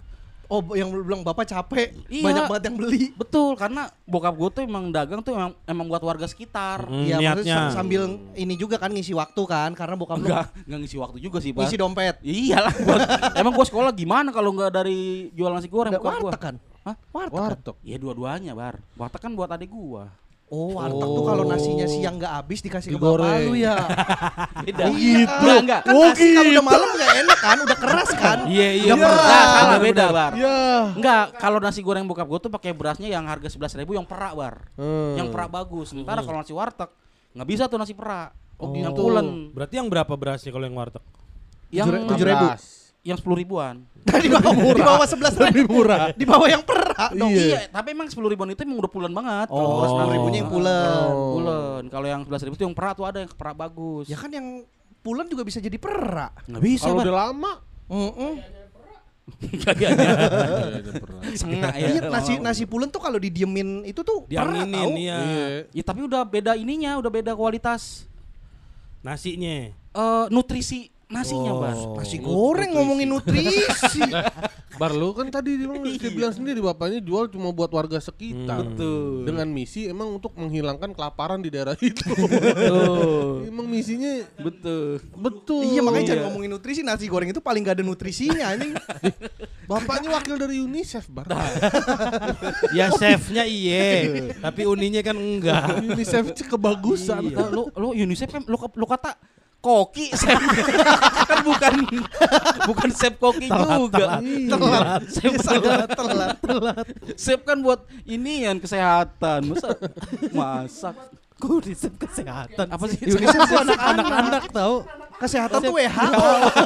A: Oh, yang lu bilang bapak capek,
C: Iya.
A: banyak banget yang beli.
C: Betul, karena bokap gue tuh emang dagang tuh emang, emang buat warga sekitar.
D: Hmm,
A: Iya, maksudnya
D: niatnya.
A: sam- sambil ini juga kan ngisi waktu kan, karena bokap lu
C: Enggak, enggak ngisi waktu juga sih, Bar.
A: ngisi dompet.
C: Iyalah, gua- emang gua sekolah gimana kalau nggak dari jual nasi goreng
A: Ada
C: bokap gua?
A: warteg kan?
C: Hah?
A: Warteg. kan?
B: Warteg.
C: Iya dua-duanya, Bar. Warteg kan buat adik gua.
A: Oh, warteg
B: Oh.
A: tuh kalau nasinya siang nggak habis dikasih ke
B: Digoreng.
A: bapak lu ya.
C: Beda.
A: Oh, gitu.
C: Enggak, enggak.
A: Kan nasi kalau udah malam nggak enak kan, udah keras kan.
D: Iya, iya.
A: Udah
C: Enggak,
A: perak.
C: salah beda, Bar.
B: Ya.
C: Enggak, kalau nasi goreng bokap gua tuh pakai berasnya yang harga sebelas ribu yang perak, Bar.
B: Hmm.
C: Yang perak bagus. Sementara kalau nasi warteg nggak bisa tuh nasi perak.
B: Oh,
C: Yang
B: gitu.
C: pulen.
D: Berarti yang berapa berasnya kalau yang warteg?
C: Yang
A: Tujuh ribu.
C: yang sepuluh ribuan.
A: Di bawah di bawah sebelas
B: Lebih
A: ribu.
B: murah.
A: Di bawah yang perak dong.
C: Iya, tapi emang sepuluh ribuan itu emang udah pulen banget.
A: Oh, sepuluh ribunya yang pulen.
C: Pulen. Kalau yang sebelas ribu itu yang perak tuh ada yang perak bagus.
A: Ya kan yang pulen juga bisa jadi perak.
C: nggak bisa,
B: Kalau
C: Bar.
B: udah lama.
A: Mm-mm.
C: Kayaknya sengak ya.
A: Iya, nasi nasi pulen tuh kalau didiemin itu tuh perak
D: Dianginin
A: tau.
D: ya.
C: Ya tapi udah beda ininya, udah beda kualitas
D: Nasinya.
C: eh nutrisi nasinya,
D: Oh.
C: Bar.
A: Nasi goreng ngomongin nutrisi.
B: Bar lu kan tadi dia bilang, dia bilang sendiri bapaknya jual cuma buat warga sekitar.
D: Hmm.
C: Betul.
B: Dengan misi emang untuk menghilangkan kelaparan di daerah itu.
C: Betul.
B: Emang misinya
C: Betul.
B: betul.
A: Iya, makanya
C: Iya.
A: jangan ngomongin nutrisi, nasi goreng itu paling gak ada nutrisinya anjing.
B: Bapaknya wakil dari UNICEF, Bar.
D: Ya chefnya iye, tapi uninya kan enggak.
B: UNICEF itu kebagusan.
C: Iya. Lu lu UNICEF kan lu, lu kata koki chef. Kan bukan bukan chef koki juga.
A: Telat.
C: Chef
A: Telat, telat, telat.
C: chef kan buat ini yang kesehatan. Masa masak.
D: Kok di chef kesehatan?
C: Apa sih?
A: UNICEF tuh anak-anak.
D: Anak-anak tahu.
A: Kesehatan tuh W H O.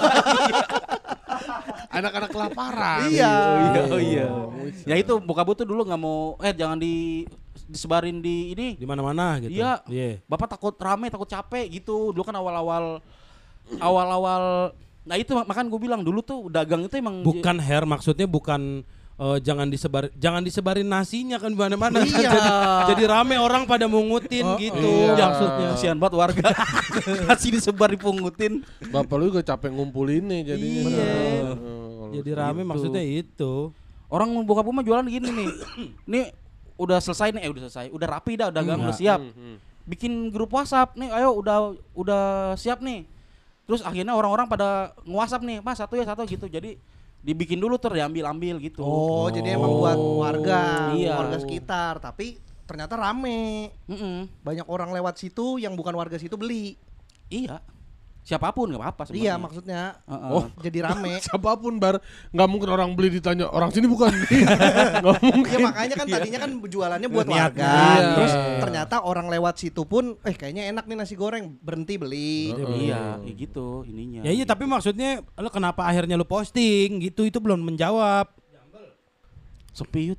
B: Anak-anak kelaparan.
A: Iya.
C: Oh iya. Ya itu bokap gua tuh dulu nggak mau eh jangan di disebarin di ini.
D: Di mana-mana gitu.
C: Iya.
D: Iya.
C: Bapak takut rame, takut capek gitu. Dulu kan awal-awal awal-awal nah itu mak- makan gue bilang dulu tuh dagang itu emang
D: Bukan hair maksudnya bukan eh, jangan disebar jangan disebarin nasinya kan di mana-mana.
A: Iya.
D: jadi, jadi rame orang pada mungutin
A: Oh,
D: gitu
B: iya.
D: maksudnya.
C: kasihan banget warga. Nasi disebar dipungutin.
B: Bapak lu juga capek ngumpulinnya jadinya.
D: Iya.
B: Oh,
D: Jadi rame
C: Gitu.
D: maksudnya itu.
C: Orang bokap gue mah jualan gini nih. Nih udah selesai nih, eh udah selesai. Udah rapi dah dagang
D: Hmm.
C: udah siap.
B: Hmm, hmm.
C: Bikin grup WhatsApp nih, ayo udah udah siap nih. Terus akhirnya orang-orang pada nge-WhatsApp nih, Mas satu ya satu gitu. Jadi dibikin dulu tuh diambil-ambil gitu.
A: Oh, jadi emang buat warga,
C: Iya.
A: warga sekitar, tapi ternyata rame.
C: Mm-mm.
A: Banyak orang lewat situ yang bukan warga situ beli.
C: Iya. Siapapun nggak apa-apa
A: Iya,
C: sebenarnya.
A: maksudnya
C: Heeh.
A: oh, jadi rame.
B: Siapapun, Bar, nggak mungkin orang beli ditanya orang sini bukan. Nggak mungkin.
A: Ya makanya kan tadinya kan jualannya buat
D: Niatnya.
A: warga.
B: Iya.
A: Terus ternyata orang lewat situ pun eh kayaknya enak nih nasi goreng, berhenti beli.
C: Iya, ya gitu ininya.
D: Ya iya tapi maksudnya lo kenapa akhirnya lu posting gitu itu belum menjawab.
C: Sepi yut.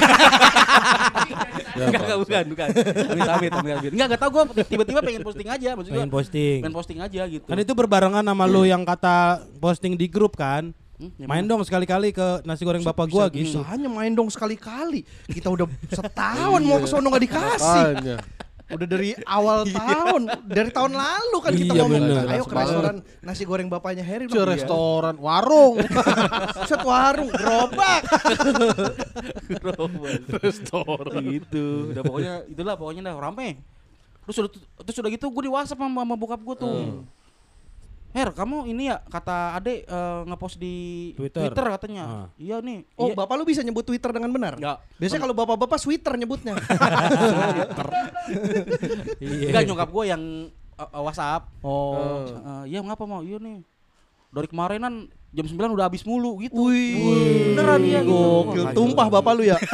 B: Ya,
C: Enggak, enggak, bukan, bukan. Amit, amit, amit, amit. Enggak, enggak tahu gue tiba-tiba pengen posting aja, maksud gua.
D: Pengen posting.
C: Pengen posting aja gitu.
D: Kan itu berbarengan sama lu yang kata posting di grup kan.
C: Hmm, ya
D: Main dong sekali-kali ke nasi goreng bapak gua gitu.
A: Hanya main dong sekali-kali. Kita udah setahun mau ke sono nggak dikasih.
B: Makanya.
A: Udah dari awal tahun, dari tahun lalu kan kita
D: Iya,
A: ngomong,
D: bener.
A: ayo ke restoran nasi goreng bapaknya Heri.
B: Ke restoran, warung.
A: Set warung, gerobak.
C: restoran gitu. Udah pokoknya itulah pokoknya dah rame. Terus udah terus udah gitu gue di WhatsApp sama, sama bokap gue tuh. Her, kamu ini ya kata Ade eh, ngepost di
D: Twitter.
C: Twitter, katanya.
D: Ah.
C: Iya nih.
A: Oh,
C: iya.
A: bapak lu bisa nyebut Twitter dengan benar?
C: Enggak.
A: Biasanya kalau bapak-bapak Twitter nyebutnya.
D: Iya.
C: Enggak nyokap gue yang uh, uh, WhatsApp.
A: Oh.
C: Uh, iya ngapa mau? Iya nih. Dari kemarinan jam sembilan udah habis mulu gitu.
A: Wih,
C: Beneran iya gitu.
A: gokil.
C: Wah,
A: Tumpah bapak lu ya.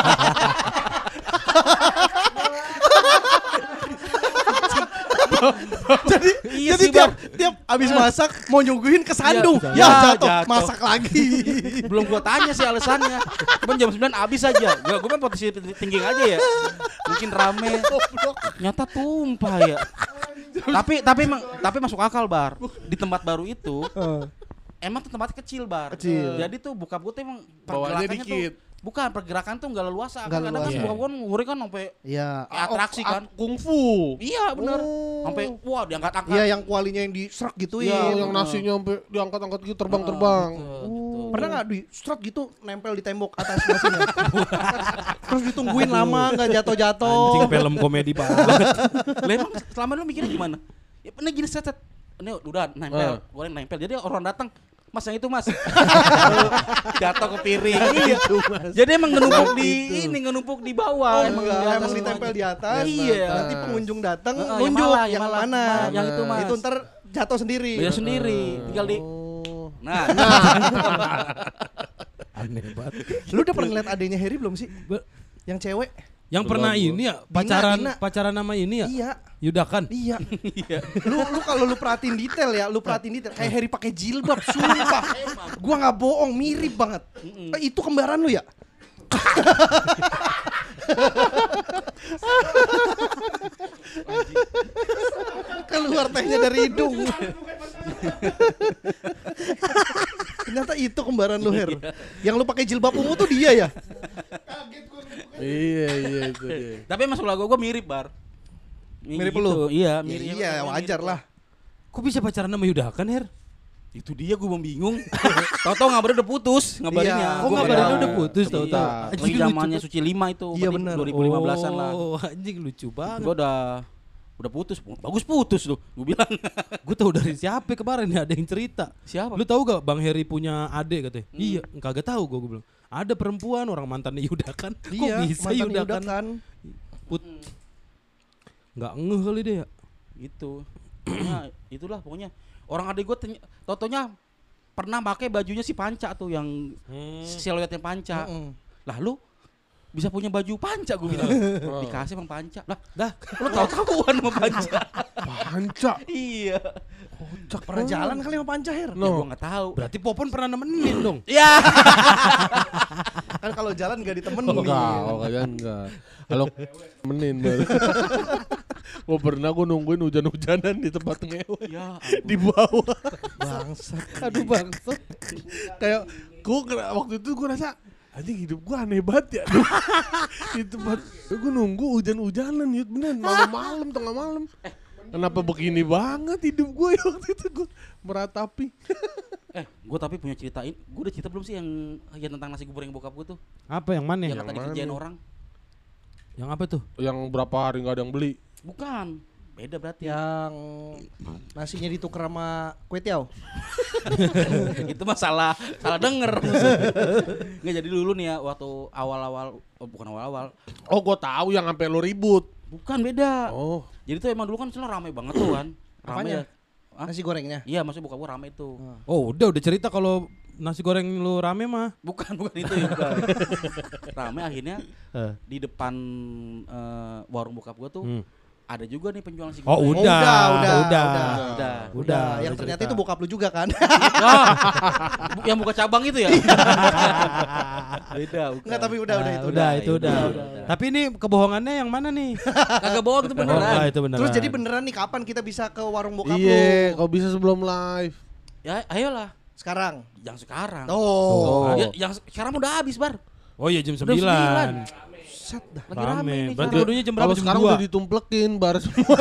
A: jadi
C: Iya
A: jadi
C: sih,
A: tiap
C: Bang.
A: tiap abis masak mau nyuguhin ke sandung.
C: Iya,
A: ya,
C: jatuh.
A: jatuh,
C: Jatuh.
A: masak lagi.
C: Belum gua tanya sih alasannya. Cuman jam sembilan habis aja. Gua gua kan posisi tinggi aja ya. Mungkin rame. Nyata tumpah ya. tapi tapi emang tapi masuk akal, Bar. Di tempat baru itu emang tuh tempatnya kecil, Bar.
A: Kecil.
C: Jadi tuh bokap gua tuh emang
B: Bawaannya
C: pergerakannya
B: dikit.
C: tuh bukan pergerakan tuh enggak leluasa.
A: Nggak
C: Kan kadang kan
A: leluasa.
C: bokap gua nguri kan sampai
A: Iya.
C: kayak atraksi kan.
B: Kungfu.
C: Iya bener.
B: Oh.
C: Sampai wah diangkat-angkat.
A: Iya, yang kualinya yang diserak gituin.
C: Iya,
B: Oh, yang nasinya sampai diangkat-angkat gitu terbang-terbang.
C: Betul, betul.
A: Pernah nggak di strut gitu nempel di tembok atas nasinya? Terus ditungguin lama nggak jatuh-jatuh.
D: Anjing film komedi banget.
C: Lah emang selama lu mikirnya gimana? Ya pernah gini set set. Ini udah nempel, goreng nempel. Jadi orang datang, Mas yang itu Mas. Jatuh ke piring. Iya. Jadi emang ngenumpuk di ini ngenumpuk di bawah.
A: Oh, emang
C: di
A: enggak,
C: atas
A: emang ditempel di atas.
C: Iya.
A: Nanti pengunjung datang
C: Heeh, yang
A: nunjuk
C: malah,
A: yang,
C: yang malah,
A: mana.
C: malah, yang itu, Mas.
A: Itu ntar jatuh sendiri.
C: Beda sendiri. Tinggal di
B: Oh.
C: Nah,
D: Aneh banget.
A: Lu udah pernah ngeliat adenya Harry belum sih?
D: Be-
A: Yang cewek?
D: Yang
B: Belum,
D: pernah
B: belum.
D: ini ya pacaran
A: Dina.
D: pacaran nama ini ya?
A: Iya.
D: Yudakan.
A: Iya. lu lu kalau lu perhatiin detail ya, lu perhatiin detail kayak Harry pakai jilbab, sumpah. Gua nggak bohong, mirip banget. Eh, itu kembaran lu ya? Keluar tehnya dari hidung. Ternyata itu kembaran lu, Her. Yang lu pakai jilbab ungu tuh dia ya?
B: Iya iya itu dia.
C: tapi emang sebelah gua, gua mirip bar.
A: Mirip
C: Gitu,
A: lu?
C: Iya,
A: Ya,
C: mirip.
A: iya,
C: emang
A: wajar
C: mirip.
A: lah.
D: Kok bisa pacaran sama Yudakan, Her?
C: Itu dia gua bingung. Tahu-tahu ngabarin udah putus, ngabarinnya.
A: Iya.
D: Oh,
C: Gua
D: ngabarinnya
C: nggak
D: udah
C: tahu.
D: putus
C: Iya.
D: tahu-tahu.
C: Lagi
D: Anjing,
C: zamannya
D: lucu.
C: Suci lima itu.
A: Iya,
C: berarti
A: bener.
C: dua ribu lima belasan lah.
D: Oh, anjing lucu banget.
C: Gua udah udah putus. Bagus putus tuh. Gua bilang.
D: Gue tahu dari siapa kemarin ya ada yang cerita.
C: Siapa?
D: Lu tahu gak Bang Heri punya adik katanya? Iya, kagak tahu gue bilang. Ada perempuan orang mantannya Yudakan. Kok
A: Iya,
D: bisa
A: mantan
D: Yudakan?
A: Yudakan.
D: Put. Nggak ngeh kali dia ya.
C: Gitu. Nah, itulah pokoknya. Orang adik gua teny- totonya pernah pakai bajunya si Panca tuh yang siluetnya Panca.
A: Mm-mm.
C: Lah lu bisa punya baju Panca gue bilang. Dikasih Bang Panca. Lah,
D: Dah,
C: lu tahu-tahuan sama Panca.
B: Panca.
C: Iya.
A: Kocak pernah jalan kali sama Panca, Her.
C: Ya, gua enggak tahu.
D: berarti Popon pernah nemenin dong.
C: Ya.
A: Kan kalau jalan gak ditemenin.
B: Enggak, oh kalian enggak. Kalau menin baru. Oh pernah gue nungguin hujan-hujanan di tempat ngewe.
C: Ya,
B: Di bawah.
A: Bangsat.
B: Aduh bangsat. Kayak gue waktu itu gue rasa anjing hidup gue aneh banget ya. Duh. Di tempat gue nunggu hujan-hujanan yut bener malam-malam tengah malam. Kenapa begini banget hidup gue ya waktu itu gue meratapi.
C: eh, gua tapi punya ceritain. Gua udah cerita belum sih yang yang tentang nasi goreng bokap gua tuh?
D: Apa yang mana?
C: Yang
D: Yang,
C: tadi
B: mana?
C: kerjain orang.
D: yang apa tuh?
B: Yang berapa hari nggak ada yang beli.
C: Bukan. Beda berarti.
A: Yang nasinya ditukar sama kue tiaw.
C: Itu masalah salah denger. Nggak, jadi dulu nih ya waktu awal-awal, oh bukan awal-awal,
B: Oh gue tahu yang sampai lo ribut.
C: bukan beda.
B: Oh.
C: Jadi tuh emang dulu kan setelah rame banget tuh kan. Rame
A: Apanya?
C: ya. Hah?
A: Nasi gorengnya.
C: Iya, maksudnya buka gua rame tuh.
D: Oh, udah udah cerita kalau nasi goreng lu rame mah.
C: Bukan, bukan itu ya, bukan. Rame akhirnya di depan eh, warung bokap gua tuh
D: Hmm.
C: ada juga nih penjual nasi
D: Oh,
C: goreng.
D: udah,
A: udah, udah,
D: udah.
C: Udah.
D: Udah,
A: Udah, yang
D: udah
A: ternyata
D: cerita.
A: itu bokap lu juga kan.
C: Wah, bu- yang buka cabang itu ya? Beda, bukan.
A: Enggak, tapi udah, udah
D: Ah,
A: itu.
D: udah,
C: udah,
D: itu
C: ya
D: udah.
C: udah, udah.
D: Tapi ini kebohongannya yang mana nih?
C: Kagak bohong itu
D: Oh,
C: beneran.
D: enggak, itu beneran.
A: Terus jadi beneran nih kapan kita bisa ke warung bokap
B: Iya,
A: lu?
B: kalau bisa sebelum live.
C: Ya, ayolah.
A: Sekarang.
C: Yang sekarang.
A: Oh.
D: Oh.
C: Ya, yang se- sekarang udah habis, Bar.
D: Oh iya jam
C: Udah
D: sembilan.
A: Set dah.
C: Lagi rame,
D: Rame.
C: nih.
D: Berarti
C: sekarang.
D: kudunya jam berapa?
B: Kalau
D: Jam
B: sekarang
D: dua.
B: udah ditumplekin bar semua.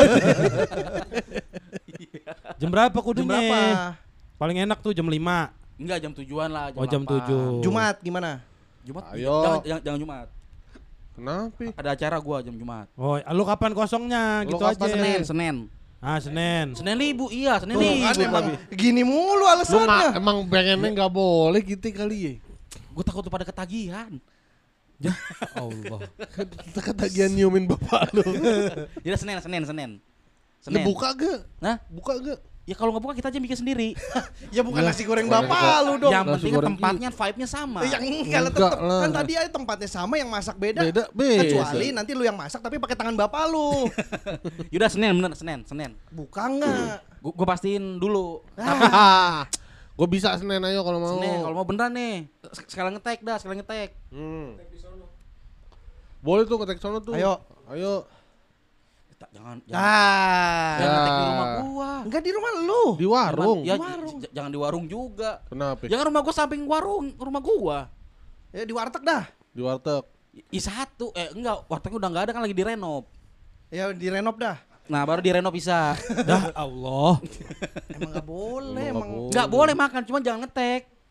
D: Jam berapa
A: Jam
D: kudunya?
A: berapa?
D: Paling enak tuh jam lima.
C: Enggak, jam tujuan lah, jam
D: Oh, jam
C: delapan.
D: tujuh.
A: Jumat gimana?
C: Jumat.
B: Ayo.
C: Jangan, jangan, jangan Jumat.
B: Kenapa?
C: Ada acara gua jam Jumat.
D: Oh, lu kapan kosongnya?
B: Lu
D: Gitu
B: kapan,
D: aja.
C: Senin, Senin.
D: Ah, Senin.
C: Senin libu, iya, Senin
A: Tuh
C: libu.
A: kan emang gini mulu
B: Lu nggak
A: alasannya.
B: emang pengennya nggak boleh gitu kali ya?
C: Gue takut tuh pada ketagihan.
D: Allah.
B: Kita ketagihan nyiumin bapak lu.
C: Jadi Senin, Senin, Senin.
B: Ya
C: Senin.
B: buka gak?
C: Nah,
B: Buka gak?
C: ya kalau nggak buka kita aja bikin sendiri.
A: Ya bukan
B: Ya,
A: nasi goreng
B: goreng
A: bapak lu dong.
C: Yang
B: nasi
C: penting kan
B: goreng
C: tempatnya, vibe-nya sama.
A: Yang enggak lah
B: Enggak
A: tetep.
B: lah.
A: Kan tadi aja tempatnya sama, yang masak beda.
B: Beda, beda.
A: Kecuali nanti lu yang masak tapi pakai tangan bapak lu.
C: Yaudah Senin, bener Senin, Senin.
A: Buka enggak?
C: Gue pastiin dulu.
B: Gue bisa Senin ayo kalau mau.
C: Senin, kalau mau beneran nih. Sek- Sekalian ngetek dah, sekalian ngetek.
B: Hmm. Boleh tuh ngetek sono tuh.
A: Ayo.
B: Ayo.
C: Tak, Jangan, jangan,
A: Ah.
C: jangan ngetek di
B: Ya.
C: rumah gua.
A: Enggak di rumah lu.
B: Di warung.
C: Ya,
A: Di warung.
C: j- jangan di warung juga.
B: Kenapa?
C: Jangan rumah gua samping warung, rumah gua.
A: Ya di warteg dah.
B: Di warteg.
C: I satu, eh enggak, wartegnya udah nggak ada kan lagi direnov.
A: Ya di renov dah.
C: Nah baru direnov bisa.
D: Dah Allah.
A: Emang enggak boleh
B: Emang
A: emang.
B: nggak
C: Nggak boleh makan, cuma jangan ngetek.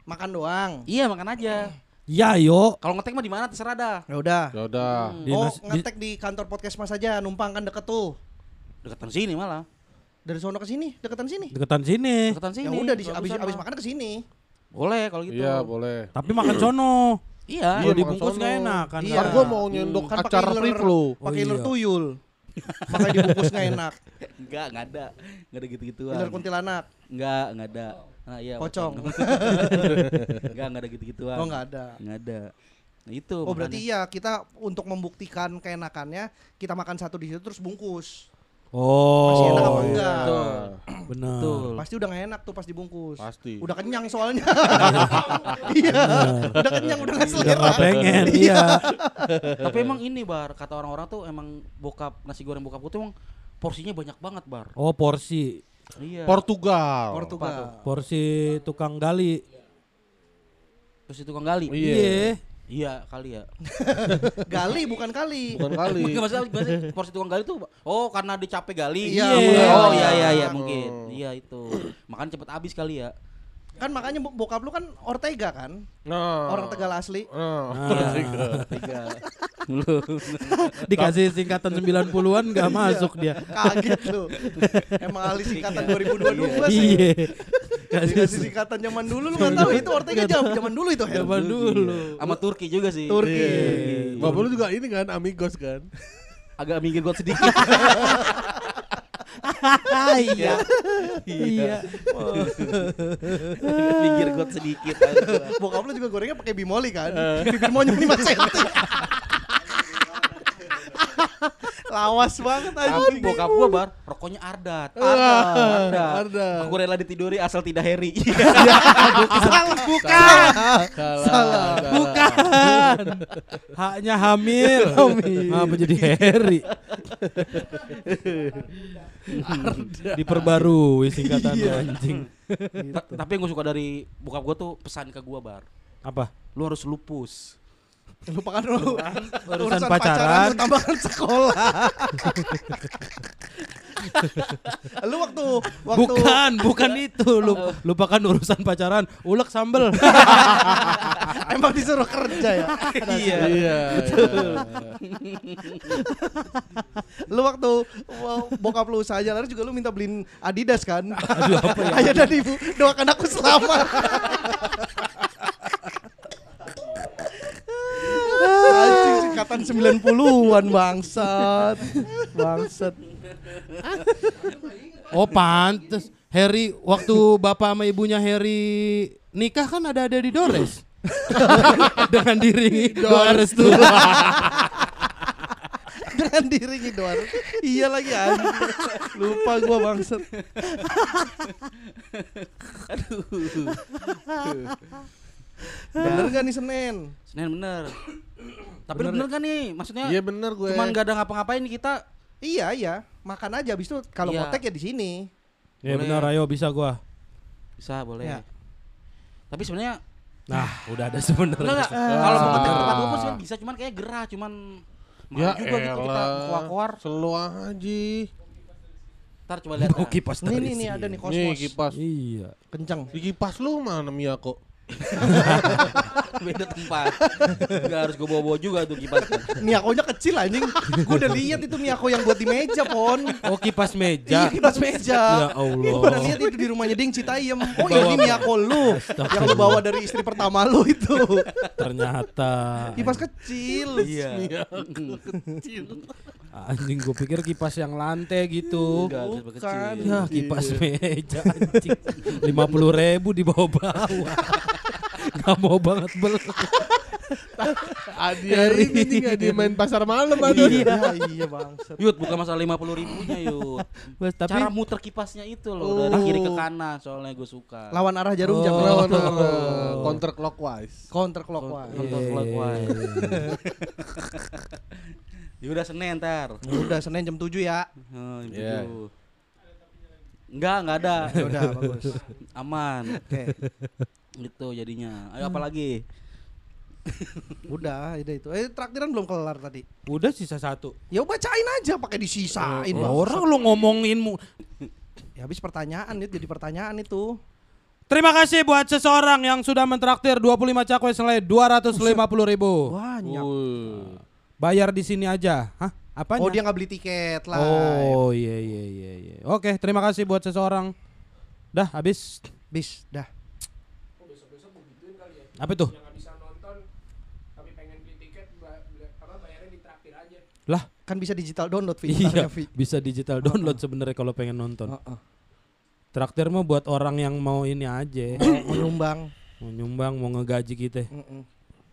A: Makan doang.
C: Iya, makan aja.
D: Ya yo.
C: Kalau ngetek mah di mana terserah dah.
A: Ya udah.
B: Ya udah.
D: Di
A: Oh,
D: nas- di-
A: ngetek di kantor podcast Mas aja, numpang kan deket tuh.
C: Deketan sini malah.
A: Dari sono ke sini, deketan sini.
D: deketan sini.
C: Deketan sini.
A: Ya udah di,
C: Bagus
A: abis
C: sana.
A: abis makan ke sini.
C: Boleh kalau gitu.
B: Iya, boleh.
D: Tapi makan sono.
C: Iya.
D: Kalau
B: Iya,
D: dibungkus
B: makan
D: nggak
B: sono.
D: enak kan.
A: Iya.
B: Kan gua mau nyendok
A: Kan pakai
B: acara
A: iler-
B: free flow.
A: Pakai
D: Oh,
A: iler
D: iya.
A: tuyul. Makanya dibungkus nggak enak.
C: Enggak, enggak ada. Enggak ada gitu-gituan.
A: Iler kuntilanak.
C: Enggak, enggak ada. Nah, iya.
A: Pocong.
C: Enggak, enggak ada gitu-gituan.
A: Oh nggak ada.
C: Enggak ada. Nah, itu.
A: Oh berarti
C: makanya.
A: iya kita untuk membuktikan keenakannya kita makan satu di situ terus bungkus.
D: Oh.
A: Masih enak apa enggak?
C: Betul.
D: Benar.
C: Betul.
A: Pasti udah nggak enak tuh pas dibungkus.
B: Pasti.
A: Udah kenyang soalnya. Iya. Udah kenyang udah nggak
D: Udah
A: selera.
D: nggak pengen. Iya.
C: Tapi emang ini Bar, kata orang-orang tuh emang bokap nasi goreng bokap gue tuh emang porsinya banyak banget Bar.
D: Oh porsi.
C: Iya.
B: Portugal.
A: Portugal.
D: Porsi tukang gali.
C: Terus itu tukang gali.
B: Iya.
C: Iya kali ya.
A: Gali bukan kali.
B: Bukan kali.
C: Enggak masalah, masalah porsi tukang gali tuh oh karena dia capek gali.
A: Iya,
C: Oh
A: mungkin.
C: iya iya iya mungkin. Iya itu. Makan cepet habis kali ya.
A: Kan makanya bo- bokap lu kan Ortega kan?
B: Nah.
A: Orang Tegal asli.
B: Nah.
D: Nah,
C: Tiga.
D: dikasih singkatan sembilan puluhan nggak masuk dia.
A: Kaget lu. Emang ahli singkatan dua ribu dua puluh dua sih.
D: Iya.
A: Dikasih singkatan zaman dulu lu enggak tahu itu Ortega jam zaman dulu itu. Her.
D: Zaman dulu.
C: Sama Turki juga sih.
A: Turki.
B: Iya. Bapak lu juga ini kan amigos kan?
C: Agak minggir got sedikit.
D: Iya. Iya.
C: Minggir got sedikit.
A: Bokap lu juga gorengnya pakai bimoli kan? Bibir monyong lima senti. Lawas banget
C: Tapi
A: anjing.
C: bokap gua Bar, rokoknya Ardat.
B: Ardat.
C: Ardat.
B: Ardat.
C: Aku rela ditiduri asal tidak Harry.
A: Salah, bukan.
B: Salah.
A: Salah.
D: Bukan. Haknya hamil. Hamil. Ngapa jadi Harry? Diperbarui singkatannya anjing.
C: Ta- Tapi yang gue suka dari bokap gua tuh pesan ke gua Bar.
D: Apa?
C: Lu harus lupus.
A: Lupakan dulu.
D: Urusan pacaran.
A: lu tambahkan sekolah. Lu waktu waktu
D: Bukan, bukan itu. Lu, lupakan urusan pacaran. Ulek sambel.
A: emang disuruh kerja ya.
C: Iya.
B: Iya.
A: Lu waktu wow, bokap lu usaha jalan juga lu minta beliin Adidas kan?
D: Aduh apa ya?
A: Ayah dan ibu doakan aku selamat. Anjing singkatan sembilan puluhan bangsat. Bangsat.
D: Oh pantes. Harry waktu bapak sama ibunya Harry nikah kan ada ada di Dores. Dengan diringi doa restu.
A: Dengan diringi doang. Iya lagi anjing. Lupa gua bangsat. Bener gak nih Senin?
C: Senin bener. Tapi bener, bener kan nih? Maksudnya
B: Iya bener gue.
C: cuman gak ada ngapa-ngapain kita.
A: Iya iya, makan aja abis itu kalau
C: Iya.
A: ngotek ya di sini.
D: Ya
C: Boleh.
D: benar, ayo bisa gua.
C: Bisa boleh.
A: Ya.
C: Tapi sebenarnya
D: Nah, udah ada sebenarnya.
C: enggak enggak.
A: Ah.
C: Kalau mau ngetek tempat gua pun sebenarnya bisa, cuman kayak gerah, cuman
B: Ya
C: mahal juga gitu kita keluar-keluar.
B: Selalu aja.
C: Ntar coba lihat.
D: Oh,
C: dah.
D: kipas
A: Nih
D: dari
A: nih nih
D: sini.
A: ada nih
B: Nih
A: Cosmos.
B: kipas.
D: Iya.
A: Kencang.
B: Di kipas lu mana Miyako?
C: Beda tempat. Enggak harus gua bawa-bawa juga tuh kipasnya.
A: Miyakonya kecil anjing. Gua udah lihat itu Miyako yang buat di meja, Pon.
D: Oh, kipas
A: Iya,
D: meja.
A: kipas meja.
D: Ya Allah.
A: Gua udah lihat itu di rumahnya Ding Citayam. Oh, ini Miyako lu yang lu bawa dari istri pertama lu itu.
D: Ternyata.
A: Kipas kecil.
C: Iya.
D: Anjing, gua pikir kipas yang lantai gitu.
C: Enggak, tipe
A: Bukan.
C: kecil.
D: Ya, kipas meja anjing. lima puluh ribu dibawa-bawa. Gak mau banget bel.
B: Adi hari ini nggak dia main pasar malam ada.
A: Iya, iya bangsat.
C: Yud, bukan masalah lima puluh ribunya Yud.
D: Bas, tapi
C: Cara muter kipasnya itu loh, dari kiri ke kanan soalnya gue suka.
A: Lawan arah jarum jam
D: Oh.
B: Lawan
A: berapa?
B: arah counter clockwise.
A: Counter clockwise.
C: Counter clockwise. Ya udah Senin ntar.
A: Udah Senin jam tujuh ya.
C: Oh, jam
B: Iya.
C: tujuh. Enggak, enggak ada.
A: Ya udah bagus.
C: Aman.
A: Oke.
C: Gitu jadinya. Ayo apa lagi?
A: Udah, itu itu. Eh traktiran belum kelar tadi.
D: udah sisa satu.
A: Ya bacain aja pakai disisain.
D: Ya,
A: bangsat.
D: orang lu ngomongin mu.
A: Ya habis pertanyaan itu jadi pertanyaan itu.
D: Terima kasih buat seseorang yang sudah mentraktir dua puluh lima cakwe senilai dua ratus lima puluh ribu.
A: Banyak.
B: Wuh.
D: Bayar di sini aja. Hah? Apanya?
A: Oh dia nggak beli tiket lah.
D: Oh iya iya iya iya. Oke, terima kasih buat seseorang. Dah habis.
A: Bis, dah.
D: Apa tuh?
E: Yang nggak bisa nonton tapi pengen beli tiket ba- beli- apa bayarnya di traktir aja.
D: Lah,
A: Kan bisa digital download Vi.
D: iya,
A: Ntar ya, Vi.
D: bisa digital download sebenarnya kalau pengen nonton.
A: Heeh.
D: Traktir mah buat orang yang mau ini aja.
A: Mau mau nyumbang.
D: Mau nyumbang, mau ngegaji kita.
A: Mm-mm.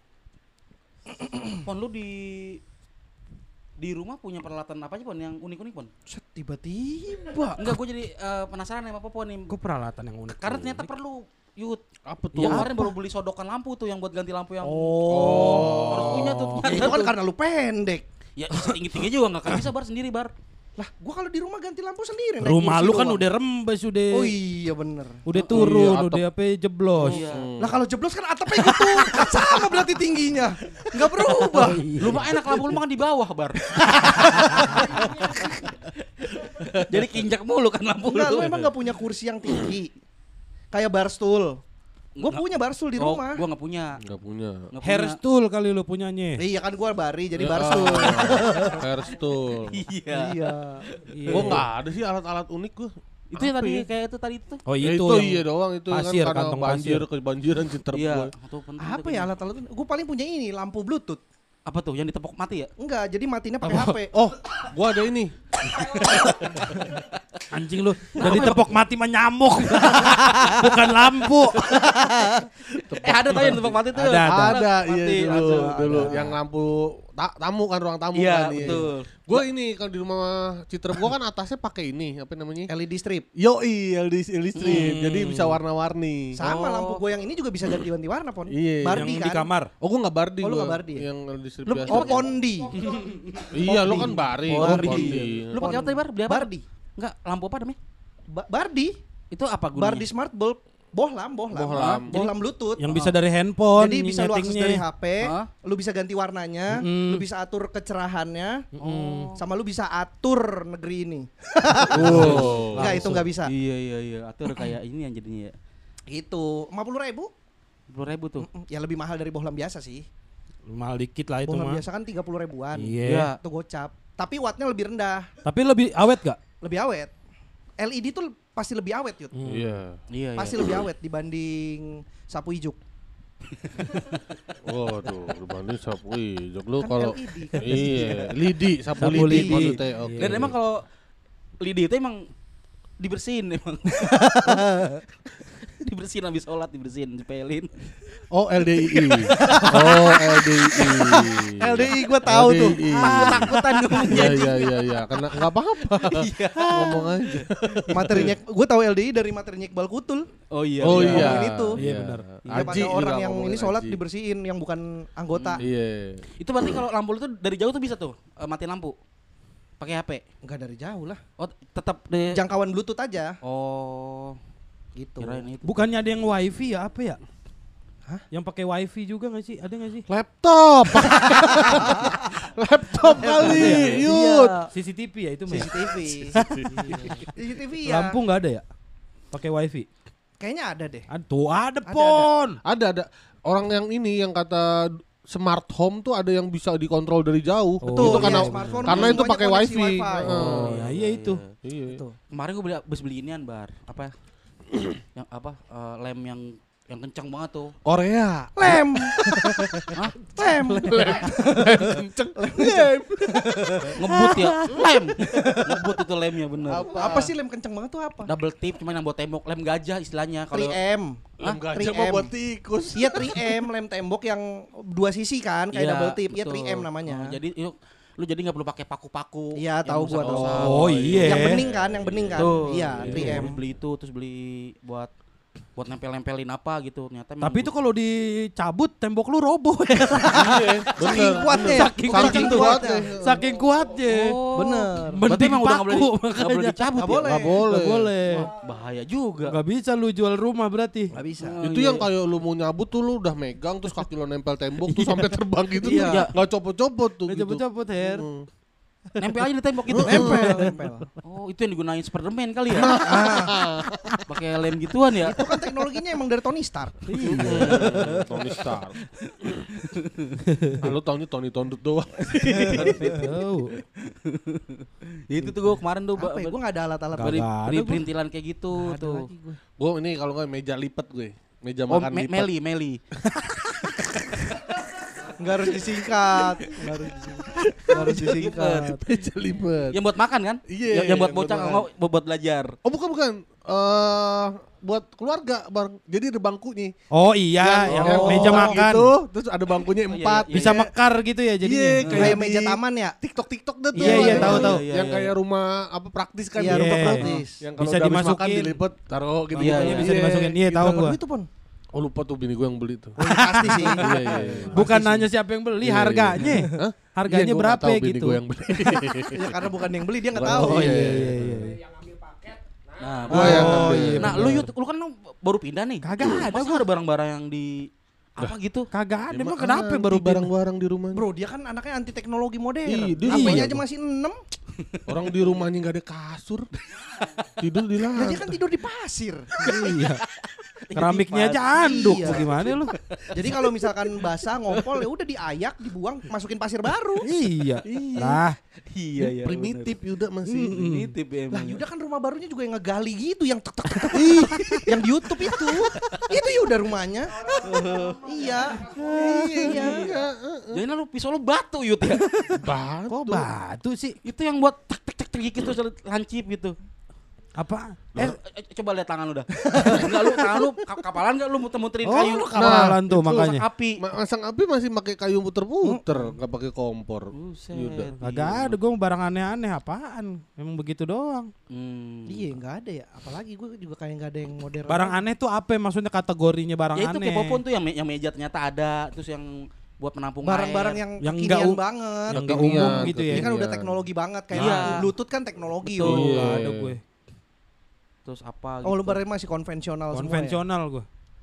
C: Pon lu di di rumah punya peralatan apa aja Pon yang unik-unik Pon?
A: Set, tiba-tiba.
C: Enggak, gue jadi eh, penasaran sama Popon nih.
D: Kok peralatan yang unik?
C: Karena ternyata perlu Yud.
B: Apa tuh?
C: Yang kemarin baru beli sodokan lampu tuh yang buat ganti lampu yang
A: Oh.
C: harus punya tuh.
A: Ya, itu kan karena lu pendek.
C: Ya setinggi-tinggi juga enggak kan bisa bar sendiri bar.
A: Lah, gua kalau di rumah ganti lampu sendiri. naik
D: Rumah
A: kursi
D: lu kan
A: doang.
D: udah rembes, udah
A: Oh iya bener.
D: udah turun,
B: iya, atap.
D: udah apa jeblos.
C: Iya.
A: Lah kalau jeblos kan atapnya gitu. Kan sama berarti tingginya. Enggak berubah.
C: Lu mah enak lampu lu mah kan di bawah bar. Jadi kinjak mulu kan lampu
A: Enggak, lu
C: lu.
A: emang enggak punya kursi yang tinggi. Kayak barstool. Gua
C: Nggak-
A: punya barstool di
C: Oh,
A: rumah.
C: gua enggak punya.
B: Enggak punya.
C: Nggak
D: Hair
C: punya.
D: stool kali lu punyanya.
A: Iya kan gua bari jadi
B: Ya,
A: barstool.
B: ah, hair stool.
C: Iya.
A: Iya.
D: Iya.
B: Gua enggak ada sih alat-alat unik gua.
C: Itu yang tadi kayak itu tadi itu.
D: Oh
B: Ya
D: itu,
B: itu
D: yang
B: iya doang itu
D: pasir,
B: kan karena
D: kantong
B: banjir
D: pasir.
B: kebanjiran cinta
C: Iya,
B: gua.
C: itu penting
A: Apa
C: tuh
A: ya
C: kayaknya.
A: alat-alat? Gua paling punya ini lampu Bluetooth.
C: Apa tuh yang ditepok mati ya?
A: Enggak, jadi matinya pakai H P.
B: Oh, gua ada ini.
D: anjing lu. Jadi tepok mati mah nyamuk. Bukan lampu.
C: Eh ada tau yang ditepok mati tuh.
D: Ada,
B: Ada, iya
C: Mati,
B: dulu,
C: ada.
B: dulu yang lampu ta- tamu kan ruang tamu
C: Iya,
B: kan.
C: betul.
B: Gua ini kalau di rumah Citra gua kan atasnya pakai ini, apa namanya?
A: L E D strip.
B: Yoi, L E D L E D strip.
D: Hmm.
B: Jadi bisa warna-warni.
A: Sama
C: Oh.
A: lampu gua yang ini juga bisa ganti-ganti warna, Pon.
B: Iya.
A: Bardi
D: yang di
A: kan.
D: kamar.
B: Oh, gua enggak Bardi
A: Oh, lu
B: gua.
A: nggak Bardi ya?
B: Yang L E D strip
C: Lu-
B: biasa.
A: Oh, Pondi.
B: Iya, lu kan Bari, gua
A: Bardi.
B: Pondi.
C: Lu pakai apa tadi bar? Beli apa?
A: Bardi.
C: Enggak, lampu apa namanya?
A: Ba- Bardi.
C: Itu apa gunanya?
A: Bardi Smart Bulb. Bohlam, bohlam.
B: Bohlam.
A: Bohlam Bluetooth.
D: Yang bisa dari handphone.
A: Jadi bisa lu akses
D: nyetingnya.
A: dari H P,
C: Hah?
A: lu bisa ganti warnanya,
D: Mm-mm.
A: lu bisa atur kecerahannya,
C: Oh.
A: sama lu bisa atur negeri ini.
B: Wow.
A: Enggak, itu nggak bisa.
C: Iya iya iya, atur kayak ini yang jadinya ya.
A: Itu lima puluh ribu.
C: sepuluh ribu tuh.
A: Mm-mm. Ya lebih mahal dari bohlam biasa sih.
D: Mahal dikit lah itu
A: Bohlam
D: mah.
A: biasa kan tiga puluh ribuan.
D: Iya.
A: Itu gocap. Tapi wattnya lebih rendah,
D: Tapi lebih awet gak?
A: lebih awet. L E D tuh pasti lebih awet, Yud.
B: Iya.
C: Iya
A: Pasti
C: iya.
A: lebih awet dibanding sapu ijuk.
B: Waduh, dibanding sapu hijau lu
A: Kan
B: kalau
A: L E D kan.
B: iya, lidi, sapu,
D: Sapu
B: lidi,
D: lidi.
B: maksudnya. Oke.
D: Iya.
C: Dan emang kalau lidi itu emang dibersihin emang. Dibersihin habis sholat, dibersihin, dipelin.
B: Oh, L D I I. Oh, L D I I.
A: L D I gua tahu tuh.
B: L D I.
C: Takut-takutan ngomongnya.
B: Iya, iya, iya, iya. Karena enggak apa-apa. Ngomong aja.
A: Materinya gue tahu L D I dari materinya Iqbal Kutul.
C: Oh iya.
B: Oh
A: iya.
B: iya.
A: Ngomongin itu.
D: Iya, benar.
A: Iya,
B: Aji
A: pada
B: juga
A: orang yang
B: ngomongin
A: ini sholat
B: Aji.
A: dibersihin yang bukan anggota.
B: Iya.
C: Itu berarti kalau lampu itu dari jauh tuh bisa tuh eh, matiin lampu. Pakai H P.
A: Enggak dari jauh lah.
C: Oh, tetap di
A: Jangkauan Bluetooth aja
C: Oh,
A: gitu.
C: kirain itu.
D: Bukannya ada yang wifi ya apa ya? Hah? Yang pakai wifi juga gak sih? Ada gak sih?
B: Laptop. Laptop kali, Yud.
D: C C T V ya itu mah.
A: C C T V. C C T V ya.
D: Lampu nggak ada ya? Pakai wifi.
A: Kayaknya ada deh.
D: Ada tuh ada
A: Ada,
D: pon.
B: Ada ada orang yang ini yang kata smart home tuh ada yang bisa dikontrol dari jauh.
D: Betul,
B: itu
A: iya,
B: karena
A: smartphone
B: karena
A: tuh
B: itu
A: semuanya
B: pakai
A: koneksi
B: wifi.
A: wifi.
B: Heeh.
D: Oh, ya iya itu.
B: Iya.
A: Betul.
C: Kemarin gue beli habis beli inian bar. Apa? yang apa? eh, lem yang yang kencang banget tuh.
B: Korea.
A: Lem.
C: Hah?
A: Lem.
B: Kenceng. Lem.
C: Ngebut ya. Lem. Ngebut itu lemnya bener.
A: Apa? Apa sih lem kenceng banget tuh apa?
C: Double tip cuma yang buat tembok, lem gajah istilahnya kalau
A: tiga M.
B: Lem
A: Hah?
B: gajah
A: tiga
B: mah
A: M.
B: buat tikus.
A: Iya tiga M, lem tembok yang dua sisi kan kayak
C: Iya,
A: double tip. Iya
C: betul.
A: tiga M namanya.
C: Oh, jadi yuk, lu jadi nggak perlu pakai paku-paku.
A: Iya,
C: yang
A: tahu gua,
C: rusak-rusak.
A: tahu.
D: Oh, iya.
A: Yang bening kan, yang bening kan.
C: Tuh.
A: Iya, tiga M.
C: Beli itu terus beli buat buat nempel-nempelin apa gitu ternyata. emang
D: Tapi itu kalau dicabut tembok lu roboh ya.
B: Iya,
A: Saking kuatnya. ya?
D: Saking
B: Saking kuatnya.
D: Saking kuatnya.
C: Oh.
A: Bener.
C: Berarti
D: Mending
C: emang udah nggak boleh,
D: paku,
C: di- nggak boleh
D: makanya.
C: dicabut
A: Nggak
C: ya?
A: boleh.
B: Nggak boleh.
D: Nggak boleh.
C: Wah, bahaya juga.
D: Nggak bisa lu jual rumah berarti.
A: Gak bisa.
C: Oh,
B: Itu
C: iya.
B: yang kayak lu mau nyabut tuh lu udah megang terus kaki lu nempel tembok tuh sampai terbang gitu
C: Iya.
B: tuh nggak copot-copot tuh
D: Nggak
B: gitu.
D: cabut-cabut Her.
B: Hmm.
C: Nempel aja di tembok gitu.
A: Nempel, nempel.
C: Oh, itu yang digunain Spiderman kali ya. Pakai lem gituan ya.
A: Itu kan teknologinya emang dari Tony Stark.
B: Tony Stark. Ah, lu taunya Tony Tondut doang.
D: Tahu.
C: Ya itu tuh gue kemarin tuh
A: Apa ya? Gue nggak ada alat-alat.
C: beri,
D: Nggak ada
C: beri
D: gua.
C: perintilan kayak gitu
A: Nggak ada
C: tuh.
A: lagi gue.
B: Gue ini kalau nggak meja lipat gue. Meja
C: Oh,
B: makan
C: me-
B: lipat.
C: Meli, Meli.
A: Nggak harus disingkat. Nggak harus disingkat. Nggak harus disingkat.
B: Meja lipat.
C: Yang buat makan kan?
B: Iya,
C: Yang, yang buat
B: yang
C: bocah
B: buat
C: nggak buat, buat belajar.
B: Oh bukan bukan. Eh buat keluarga bang. Jadi ada bangkunya.
D: Oh iya, yang, meja
B: kotak
D: makan.
B: Itu, terus ada bangkunya
C: Oh, iya,
B: empat.
C: iya,
D: Bisa mekar gitu ya jadinya.
B: Iya,
A: Kayak
B: Kayak
A: meja
B: di-
A: taman ya.
B: TikTok TikTok dah tuh.
D: Iya, iya,
B: Ada
D: tahu,
B: tuh.
D: tahu.
C: Iya,
B: Yang
C: iya.
B: kayak rumah apa praktis kan.
A: Iya,
B: di
A: rumah
B: rumah.
A: praktis.
B: Yang kalau
D: Bisa
B: udah habis makan
D: dimasukin.
B: dilipet, taruh gitu.
C: Iya,
B: gitu.
C: iya,
D: bisa dimasukin. Iya, tahu
A: Berapa
D: gua.
A: duit tuh, Pon?
B: Oh lupa tuh bini gue yang beli tuh.
A: Oh, iya, pasti sih.
B: Iya iya. iya.
D: Bukan
A: Pasti
D: nanya siapa yang beli,
B: Iya, iya.
D: harganya.
B: Hah?
D: Harganya
B: Iya, gua
D: berapa
B: nggak tahu bini
D: gitu.
B: gue yang beli.
A: Ya, karena bukan yang beli dia nggak
B: Bukan.
A: tahu.
B: Oh, iya,
D: iya,
B: iya,
D: iya,
B: iya.
D: iya.
E: Yang ambil paket.
C: Nah,
B: Gua yang
D: Oh,
B: ngambil.
D: iya.
C: nah lu Yud, lu kan lu baru pindah nih.
D: Kagak ada
C: Masa
D: gua.
C: ada barang-barang yang di apa gitu?
D: Kagak ada,
B: Emang
D: emang kenapa
B: anti
D: baru pindah?
B: barang-barang di rumah?
A: Bro, dia kan anaknya anti teknologi modern.
B: Iya, dia
A: H P-nya
B: iya,
A: aja
B: bro.
A: masih enam.
B: Orang di rumahnya nggak ada kasur. Tidur di
A: Nah,
B: lantai.
A: dia kan tidur di pasir.
D: Iya. Keramiknya aja anduk,
A: Iya.
D: gimana lu?
A: Jadi kalau misalkan basah ngompol ya udah diayak, dibuang, masukin pasir baru.
D: Iya.
B: Iya.
D: Lah,
C: Iya ya.
B: Primitif Yuda masih.
C: Primitif ya
A: Lah
C: emang.
A: Yuda kan rumah barunya juga yang ngegali gitu, yang tek tek tek tek. Yang di YouTube itu. Itu Yuda rumahnya. Iya. Iya.
B: Iya.
C: Jadi lu pisau lu batu Yud ya.
B: Batu.
D: kok batu sih?
C: Itu yang buat tek tek tek tek gitu lancip gitu.
D: Apa?
C: Eh, eh, coba lihat tangan lu dah. Enggak lu tangan lu kap- kapalan enggak lu muter-muterin
D: Oh,
C: kayu.
D: lu kapalan tuh
C: Itu
D: makanya.
C: api.
B: Ma- Masang api masih pakai kayu puter-puter, nggak pakai kompor.
C: Buset.
B: Yuda.
D: Kagak ada, gue barang aneh-aneh apaan? Emang begitu doang.
C: Hmm.
A: Iya, nggak ada ya. Apalagi gue juga kayak nggak ada yang modern.
D: Barang aneh tuh apa ya? Maksudnya kategorinya barang
C: Ya itu
D: aneh?
C: kayak popon tuh yang me- yang meja ternyata ada, terus yang buat menampung
A: barang-barang
C: air.
A: yang,
D: Yang
A: kekinian
D: nggak u-
A: banget.
D: yang nggak
B: Kekinian,
D: umum gitu ya.
A: Ini kan udah
B: kekinian.
A: teknologi banget kayak
C: Iya.
A: Bluetooth kan teknologi.
C: Betul.
A: Yo.
B: Iya.
D: Nggak ada gue.
C: Terus apa
A: Oh, lu
C: gitu.
A: barang masih konvensional,
D: Konvensional gue.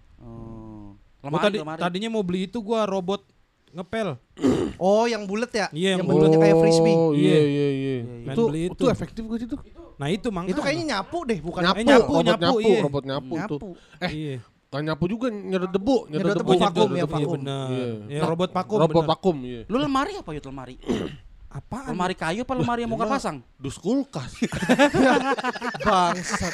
C: Oh.
D: Gua
C: Lemari,
D: tadi
C: lemari.
D: tadinya mau beli itu gua robot ngepel.
A: semua. Oh, yang bulat ya?
D: Iya,
A: yang
D: yang
A: bentuknya kayak frisbee.
B: Oh iya
D: Iya.
B: iya iya.
D: Main
B: Itu
D: beli
B: itu
D: itu.
B: efektif gak sih itu?
D: Nah itu mangga.
A: Itu kayaknya nyapu deh, bukan
B: Nyapu,
D: Eh, nyapu,
B: robot
D: nyapu,
B: nyapu,
D: iya.
B: robot nyapu,
A: nyapu.
B: tuh. Eh,
D: Iya.
B: kan nyapu juga nyedot debu, nyedot
A: Nyedot
B: debu,
A: debu, vakum,
B: nyedot
A: ya,
B: debu.
D: Iya
A: vakum.
D: benar.
B: Iya.
D: Ya robot vakum.
B: Robot
D: bener.
B: vakum, iya.
C: Lu lemari apa Yud lemari?
D: Apaan?
C: Lemari kayu apa lemari yang muka pasang?
B: Dus kulkas.
A: Bangsat.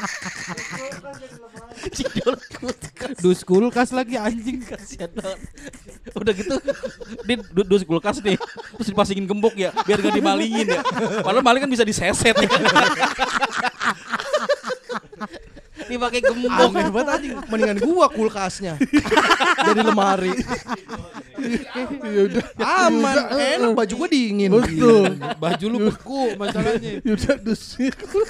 D: Dus kulkas lagi anjing.
C: Kasihan banget. Udah gitu di du- dus kulkas nih terus dipasingin gembok ya biar gak dimalingin ya. Padahal maling kan bisa diseset ya. Dipakai gembok.
A: Aneh banget anjing. Mendingan gua kulkasnya. Jadi lemari.
B: Ya udah.
A: Aman, enak baju gua dingin.
B: Betul.
D: Baju lu beku masalahnya.
B: Yuda dus.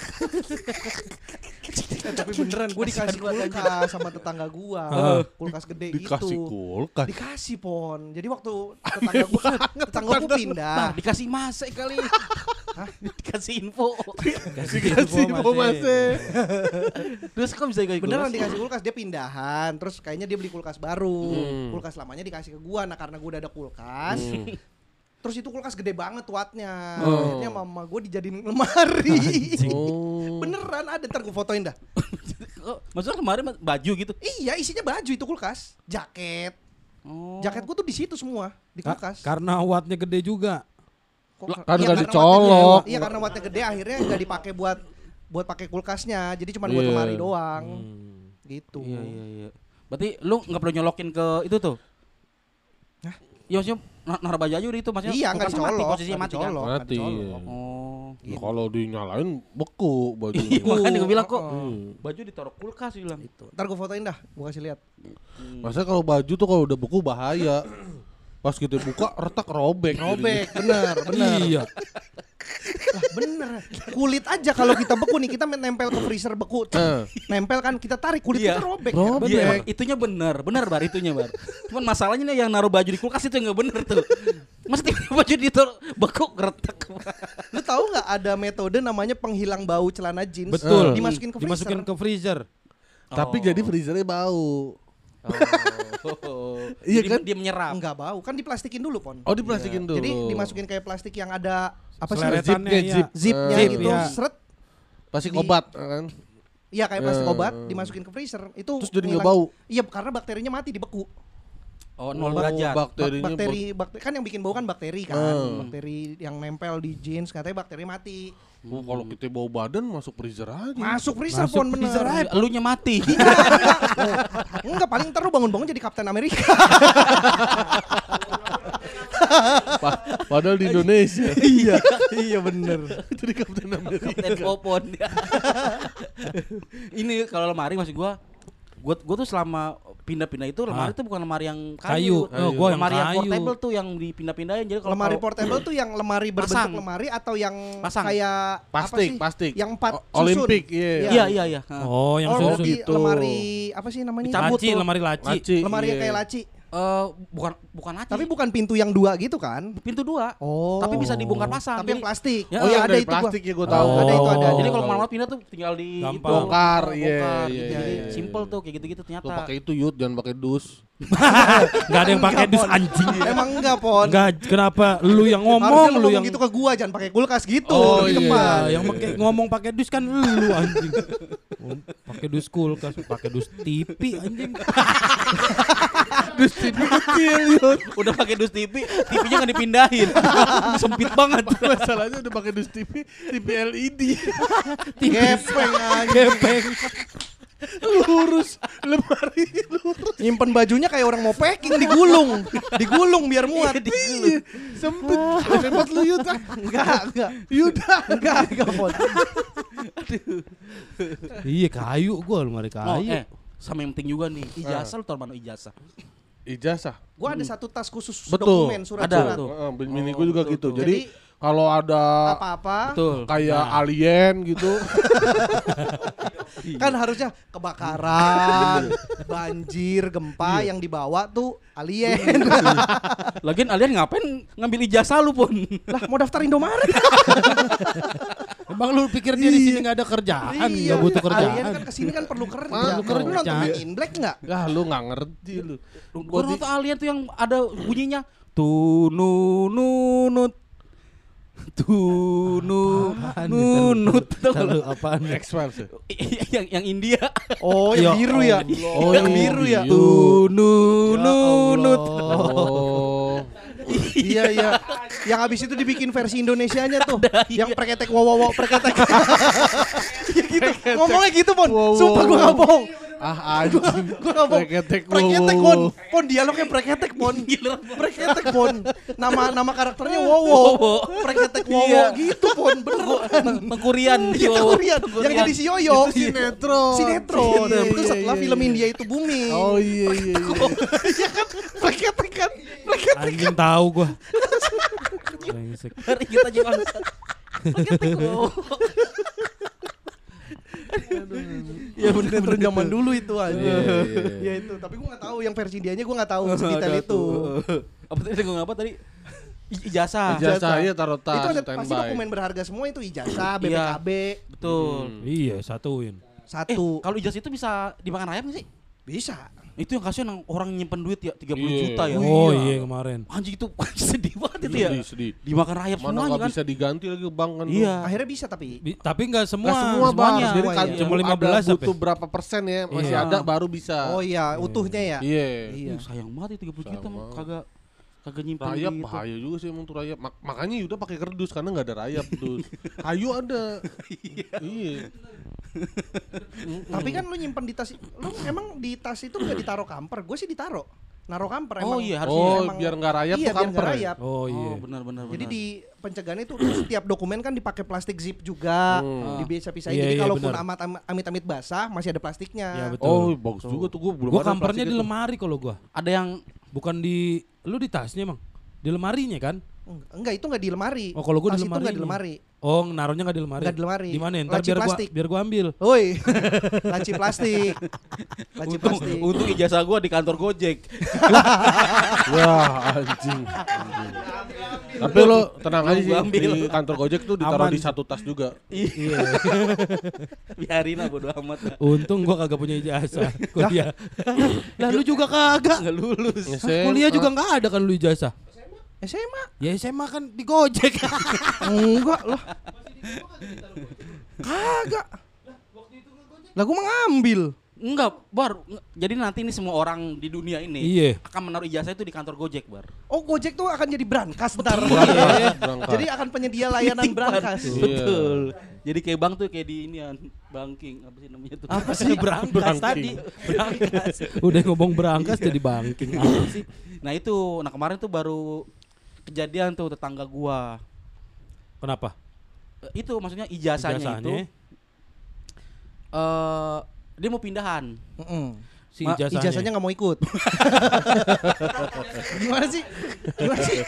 A: Eh, tapi beneran gua dikasih kulkas sama tetangga gua.
D: Heeh.
A: Kulkas gede
B: Dikasih
A: gitu.
B: kulkas.
A: Dikasih pon. Jadi waktu tetangga gua tetangga gua
C: Nah,
A: pindah.
C: dikasih mase kali. Dikasih info.
B: Dikasih info masih.
C: Terus kok bisa kayak
A: Beneran dikasih kulkas, dia pindahan. Terus kayaknya dia beli kulkas baru.
B: Hmm.
A: Kulkas lamanya dikasih ke gua. Nah, karena gua udah ada kulkas. Terus itu kulkas gede banget wattnya.
B: Oh.
A: Akhirnya mama gua dijadiin lemari.
B: Oh.
A: Beneran ada, ntar gua fotoin dah.
C: Maksudnya kemarin baju gitu.
A: Iya, isinya baju itu kulkas, jaket.
C: Oh.
A: Jaket gua tuh di situ semua, di
D: Ka-
A: kulkas.
D: karena wattnya gede juga.
A: Kok-
B: kan
A: iya,
B: nggak
A: karena
B: dicolok.
A: wattnya- Iya, karena wattnya gede akhirnya nggak dipakai buat buat pakai kulkasnya. Jadi cuma buat
B: Iya.
A: lemari doang. Gitu.
C: Iya iya iya. Berarti lu nggak perlu nyolokin ke itu tuh?
A: Hah?
C: Iya maksudnya na- naruh baju aja udah itu maksudnya.
A: Iya, nggak
C: kulkasnya mati,
A: dicolok,
C: posisinya
A: nggak
C: mati kan.
A: dicolok, nggak
B: Mati,
A: dicolok.
B: iya.
C: Oh.
B: Nah, kalau dinyalain beku baju.
C: Iya, makanya gue bilang kok
B: Hmm.
C: baju ditaruh kulkas bilang.
A: Gitu. Ntar gue fotoin dah, gue kasih lihat.
B: Masa kalau baju tuh kalau udah beku bahaya. Pas kita buka retak robek.
A: Robek, bener, bener.
D: Iya.
A: Lah bener. Kulit aja kalau kita beku nih, kita nempel ke freezer beku.
B: Eh.
A: Nempel kan kita tarik kulit
C: Iya.
A: kita robek.
B: Robek.
C: Iya, emang itunya benar, benar bar itunya bar. Cuman masalahnya nih yang naruh baju di kulkas itu yang nggak bener tuh. Mesti baju ditaruh beku retak.
A: Lu tahu nggak ada metode namanya penghilang bau celana jeans?
D: Betul.
A: Dimasukin ke freezer.
D: Dimasukin ke freezer.
B: Tapi
C: Oh.
B: jadi freezernya bau.
C: Oh.
B: Iya
C: Jadi
B: kan?
C: dia menyerap.
A: Enggak bau, kan diplastikin dulu pon.
B: Oh diplastikin dulu.
A: Jadi dimasukin kayak plastik yang ada apa sih?
D: Seleretannya,
B: Zipnya,
D: iya.
B: zip.
A: Zipnya
D: Zip,
A: gitu,
D: iya.
A: seret.
B: Plastik
A: Di-
B: obat kan.
A: Iya kayak plastik
B: Eh.
A: obat dimasukin ke freezer. Itu
B: Terus jadi nggak
A: ngilang-
B: bau.
A: Iya, karena bakterinya mati dibeku.
C: Oh, nol
B: Oh,
C: derajat.
A: Bak-
B: bakterinya
A: bakteri, bakteri kan yang bikin bau kan bakteri kan.
B: Hmm.
A: Bakteri yang nempel di jeans katanya bakteri mati.
B: Oh, kalau kita bau badan masuk freezer aja.
A: Masuk freezer
D: Masuk
A: pon bener.
D: freezer aja.
C: Elunya mati.
A: Enggak, paling ntar lu bangun-bangun jadi Kapten Amerika.
B: Pa- padahal di Indonesia.
A: Iya, iya bener.
B: Jadi Kapten Amerika.
C: Kapten Popon. Ini kalau lemari maksud gua gua gua tuh selama pindah-pindah itu lemari
D: Ah.
C: tuh bukan lemari yang
D: Kayu.
C: kayu.
D: Oh, gua yang
C: lemari yang
D: kayu.
C: portable tuh yang dipindah-pindahin. Jadi kalau
A: Lemari
C: kalau-
A: portable tuh yang lemari berbentuk
C: Pasang.
A: lemari atau yang
C: Pasang.
A: kayak apa
B: Plastik,
A: sih?
B: plastik.
A: Yang empat
B: O-
A: susun.
B: Olimpik, iya.
C: Iya iya iya. Ha.
D: Oh, yang
A: Oh,
D: susun.
A: berarti
B: gitu.
A: lemari apa sih namanya?
C: Dicabut
D: Laci,
C: tuh.
D: lemari laci.
B: Laci,
A: Lemari yang
B: iya.
A: kayak laci.
C: Eh, bukan bukan laci.
A: Tapi bukan pintu yang dua gitu kan?
C: pintu dua.
A: Oh.
C: Tapi bisa dibongkar pasang.
A: Tapi yang
C: Jadi-
A: plastik.
C: Ya,
A: oh
B: Oh,
A: ya
B: yang
A: ada
B: dari
A: itu gua.
B: plastik ya gue tahu.
D: Oh.
A: Ada itu ada.
C: Jadi kalau kemana-mana pindah tuh tinggal di
D: Gampang.
C: itu.
B: Bongkar,
C: Oh,
B: iya,
C: bongkar.
B: iya,
C: Jadi
B: iya.
C: simple tuh kayak gitu-gitu
B: Lo
C: ternyata.
B: pakai itu Yud, jangan pakai dus.
D: Enggak ada yang pakai dus anjing.
A: Emang enggak, Pon.
D: Enggak, kenapa lu yang
A: Harusnya
D: ngomong,
A: lu
D: lu
A: ngomong
D: yang
A: gitu ke gua, jangan pakai kulkas gitu.
B: Oh,
A: di
B: iya.
A: depan.
D: Iya, yang pakai ngomong pakai dus kan lu anjing. Pakai dus kulkas, pakai dus T V anjing.
B: Dus T V kecil Yud.
C: Udah pakai dus T V, T V-nya nggak dipindahin. Sempit banget.
B: Masalahnya udah pakai dus T V, T V L E D.
A: Gepeng aja.
D: Gepeng.
B: Lurus, lemari lurus.
A: Nyimpen bajunya kayak orang mau packing digulung. Digulung biar muat.
B: Iya, sempit. Hebat lu Yud. ah.
A: Enggak, enggak.
B: Yuda.
A: Enggak, enggak, Pon.
D: Iya, kayu gua lemari
C: Oh,
D: kayu.
C: eh, sama yang penting juga nih, ijazah lu tahu mana ijazah?
B: Ijazah.
A: Gua ada satu tas khusus
B: Betul.
A: dokumen
C: Ada,
A: surat-surat.
C: betul.
B: Heeh, bini gue juga
C: betul,
B: gitu.
C: betul.
B: Jadi kalau ada
A: Apa-apa
C: Betul.
B: kayak alien gitu,
A: kan harusnya kebakaran, banjir, gempa yang dibawa tuh alien.
C: Lagian alien ngapain ngambil ijazah lu pun?
A: Lah mau daftar Indomaret.
D: Emang lu pikir dia di sini enggak ada kerjaan, enggak butuh
A: Alien
D: kerjaan.
A: kan kesini kan perlu kerja.
B: Perlu
A: Lu nonton
D: kerja.
A: Men in Black enggak?
B: lah lu nggak ngerti lu.
C: Gua nonton alien tuh yang ada bunyinya tunununut tunu nunut tuh
D: Lalu apaan?
B: X-Files ya?
C: yang yang India
A: Oh, yang
D: Ya
A: biru ya.
B: Oh,
A: yang biru ya.
C: tunununut
B: Oh.
A: Iya iya. Yang habis itu dibikin versi Indonesianya tuh. Yang preketek wow wow wow preketek. Ya gitu. Ngomongnya gitu, Pon.
B: Wow, wow,
A: Sumpah gua enggak
B: wow.
A: bohong.
B: Ah anjing.
A: Gua enggak bohong.
B: Preketek, wow,
A: Preketek,
B: wow,
A: Pon.
B: wow.
A: Pon dialognya preketek, Pon. Preketek, Pon. Nama nama karakternya wow wow. Preketek wow wow gitu, Pon. Beneran.
C: Tengkurian
A: Iya, Korean. Yang jadi si Yoyo.
B: Sinetron.
A: Sinetron.
B: Iya,
A: Itu
B: iya,
A: setelah
B: iya,
A: film
B: iya.
A: India itu booming.
B: Oh iya iya iya.
A: Iya kan? Preketek kan? Preketek.
D: Anjing tahu gua. Brengsek.
C: Mari kita aja bangsa. Preketek wow.
A: Ya bener zaman dulu itu aja.
B: Iya, iya, iya.
A: Ya itu, tapi gua nggak tahu yang versi Indianya gua nggak tahu sedetail
C: Ada
A: itu.
C: tuh. Apa tadi gua ngapa tadi? I- Ijazah.
B: Ijazah ya taruh tas
A: Itu ada pasti
B: standby.
A: dokumen berharga semua itu ijazah, B P
C: Iya.
A: K B
C: Betul.
D: Iya, satuin.
C: Eh,
A: satu.
C: kalau ijazah itu bisa dimakan rayap nggak sih?
A: Bisa.
C: Itu yang kasihan yang orang nyimpen duit ya tiga puluh
B: Iya.
C: juta ya.
D: Oh iya kemarin.
C: Anjing itu sedih banget itu ya.
B: Sedih, sedih.
C: Dimakan rayap
B: Mana
C: semuanya
B: nggak
C: kan.
B: bisa diganti lagi bang kan?
C: Iya.
A: Akhirnya bisa tapi
D: Bi- tapi enggak semua.
B: Nggak semua bang.
C: semuanya.
B: Jadi kan
A: Semuanya.
D: Cuma
B: ada
D: lima belas apa
B: butuh
D: ya?
B: berapa persen ya masih
D: Iya.
B: ada baru bisa.
A: oh iya, utuhnya ya.
B: Iya.
A: Iya.
C: Uh, sayang banget ya tiga puluh juta
B: Sayang
C: mah
B: banget.
C: kagak kagak nyimpen
B: Rayap
C: gitu.
B: bahaya juga sih emang tuh rayap. Mak- makanya udah pakai kerdus karena nggak ada rayap dus. Hayu ada. Iya.
A: Tapi kan lu nyimpen di tas, lu emang di tas itu nggak ditaruh kamper? Gue sih ditaruh, naruh kamper
C: Oh
A: emang.
C: iya, harusnya
B: Oh
A: emang-
B: biar nggak rayap
A: iya,
B: tuh
A: biar
B: kamper.
A: nggak
B: ya?
A: rayap.
D: Oh iya.
C: Oh benar benar
A: Jadi
C: benar.
A: di pencegahan itu setiap dokumen kan dipakai plastik zip juga,
B: Hmm.
A: dipisah-pisahin.
D: Iya,
A: Jadi
D: iya,
A: kalaupun
D: benar.
A: amat amit-amit basah masih ada plastiknya.
D: Iya betul.
B: Oh bagus juga tuh gue belum
D: Gua
B: ada
D: kampernya di
B: plastiknya tuh.
D: lemari kalau gua.
C: Ada yang
D: Bukan di lu di tasnya, Bang. Di lemarinya kan?
A: Enggak, itu enggak di lemari.
D: Oh, kalau gua di
A: Tas itu
D: lemari.
A: enggak di lemari.
D: Oh, naruhnya enggak di lemari.
A: Nggak di lemari.
D: Di mana? Ntar
A: Laci
D: biar gua
A: plastik.
D: biar gua ambil.
A: Woi, laci plastik. Laci
C: untung,
A: plastik.
C: untung ijazah gua di kantor Gojek.
B: Wah anjing. anjing. Tapi lo tenang aja sih,
C: Gua ambil.
B: di kantor Gojek tuh ditaruh
D: Aman
B: di
D: sih.
B: satu tas juga.
C: Iya. Biarin lah bodo amat lah.
D: Untung gua kagak punya ijazah kuliah. Lah lu juga kagak.
C: Nggak lulus.
B: S M A.
D: Kuliah juga nggak ada kan lu ijazah.
A: S M A?
D: Ya S M A kan di Gojek.
A: Enggak lah. Kagak. Lah gua mah ngambil.
C: Enggak, Bar. Nge- Jadi nanti ini semua orang di dunia ini
D: Iya.
C: akan menaruh ijazah itu di kantor Gojek, Bar.
A: Oh, Gojek tuh akan jadi brankas ntar.
B: Berangkat, berangkat.
A: Jadi akan penyedia layanan
C: Titik, Bar.
A: brankas.
B: Iya.
C: Betul. Jadi kayak bank tuh kayak di ini banking apa sih namanya tuh?
D: Apa sih berangkas tadi? Berangkas. Udah ngomong berangkas jadi banking. Apa sih?
C: Nah itu, nah kemarin tuh baru kejadian tuh tetangga gua.
D: Kenapa?
C: Eh, Itu maksudnya ijazahnya, itu eh dia mau pindahan.
A: Mm-mm.
D: Si
C: Ma-
D: ijazahnya.
A: Ijazahnya nggak mau ikut. Gimana sih? Gimana sih?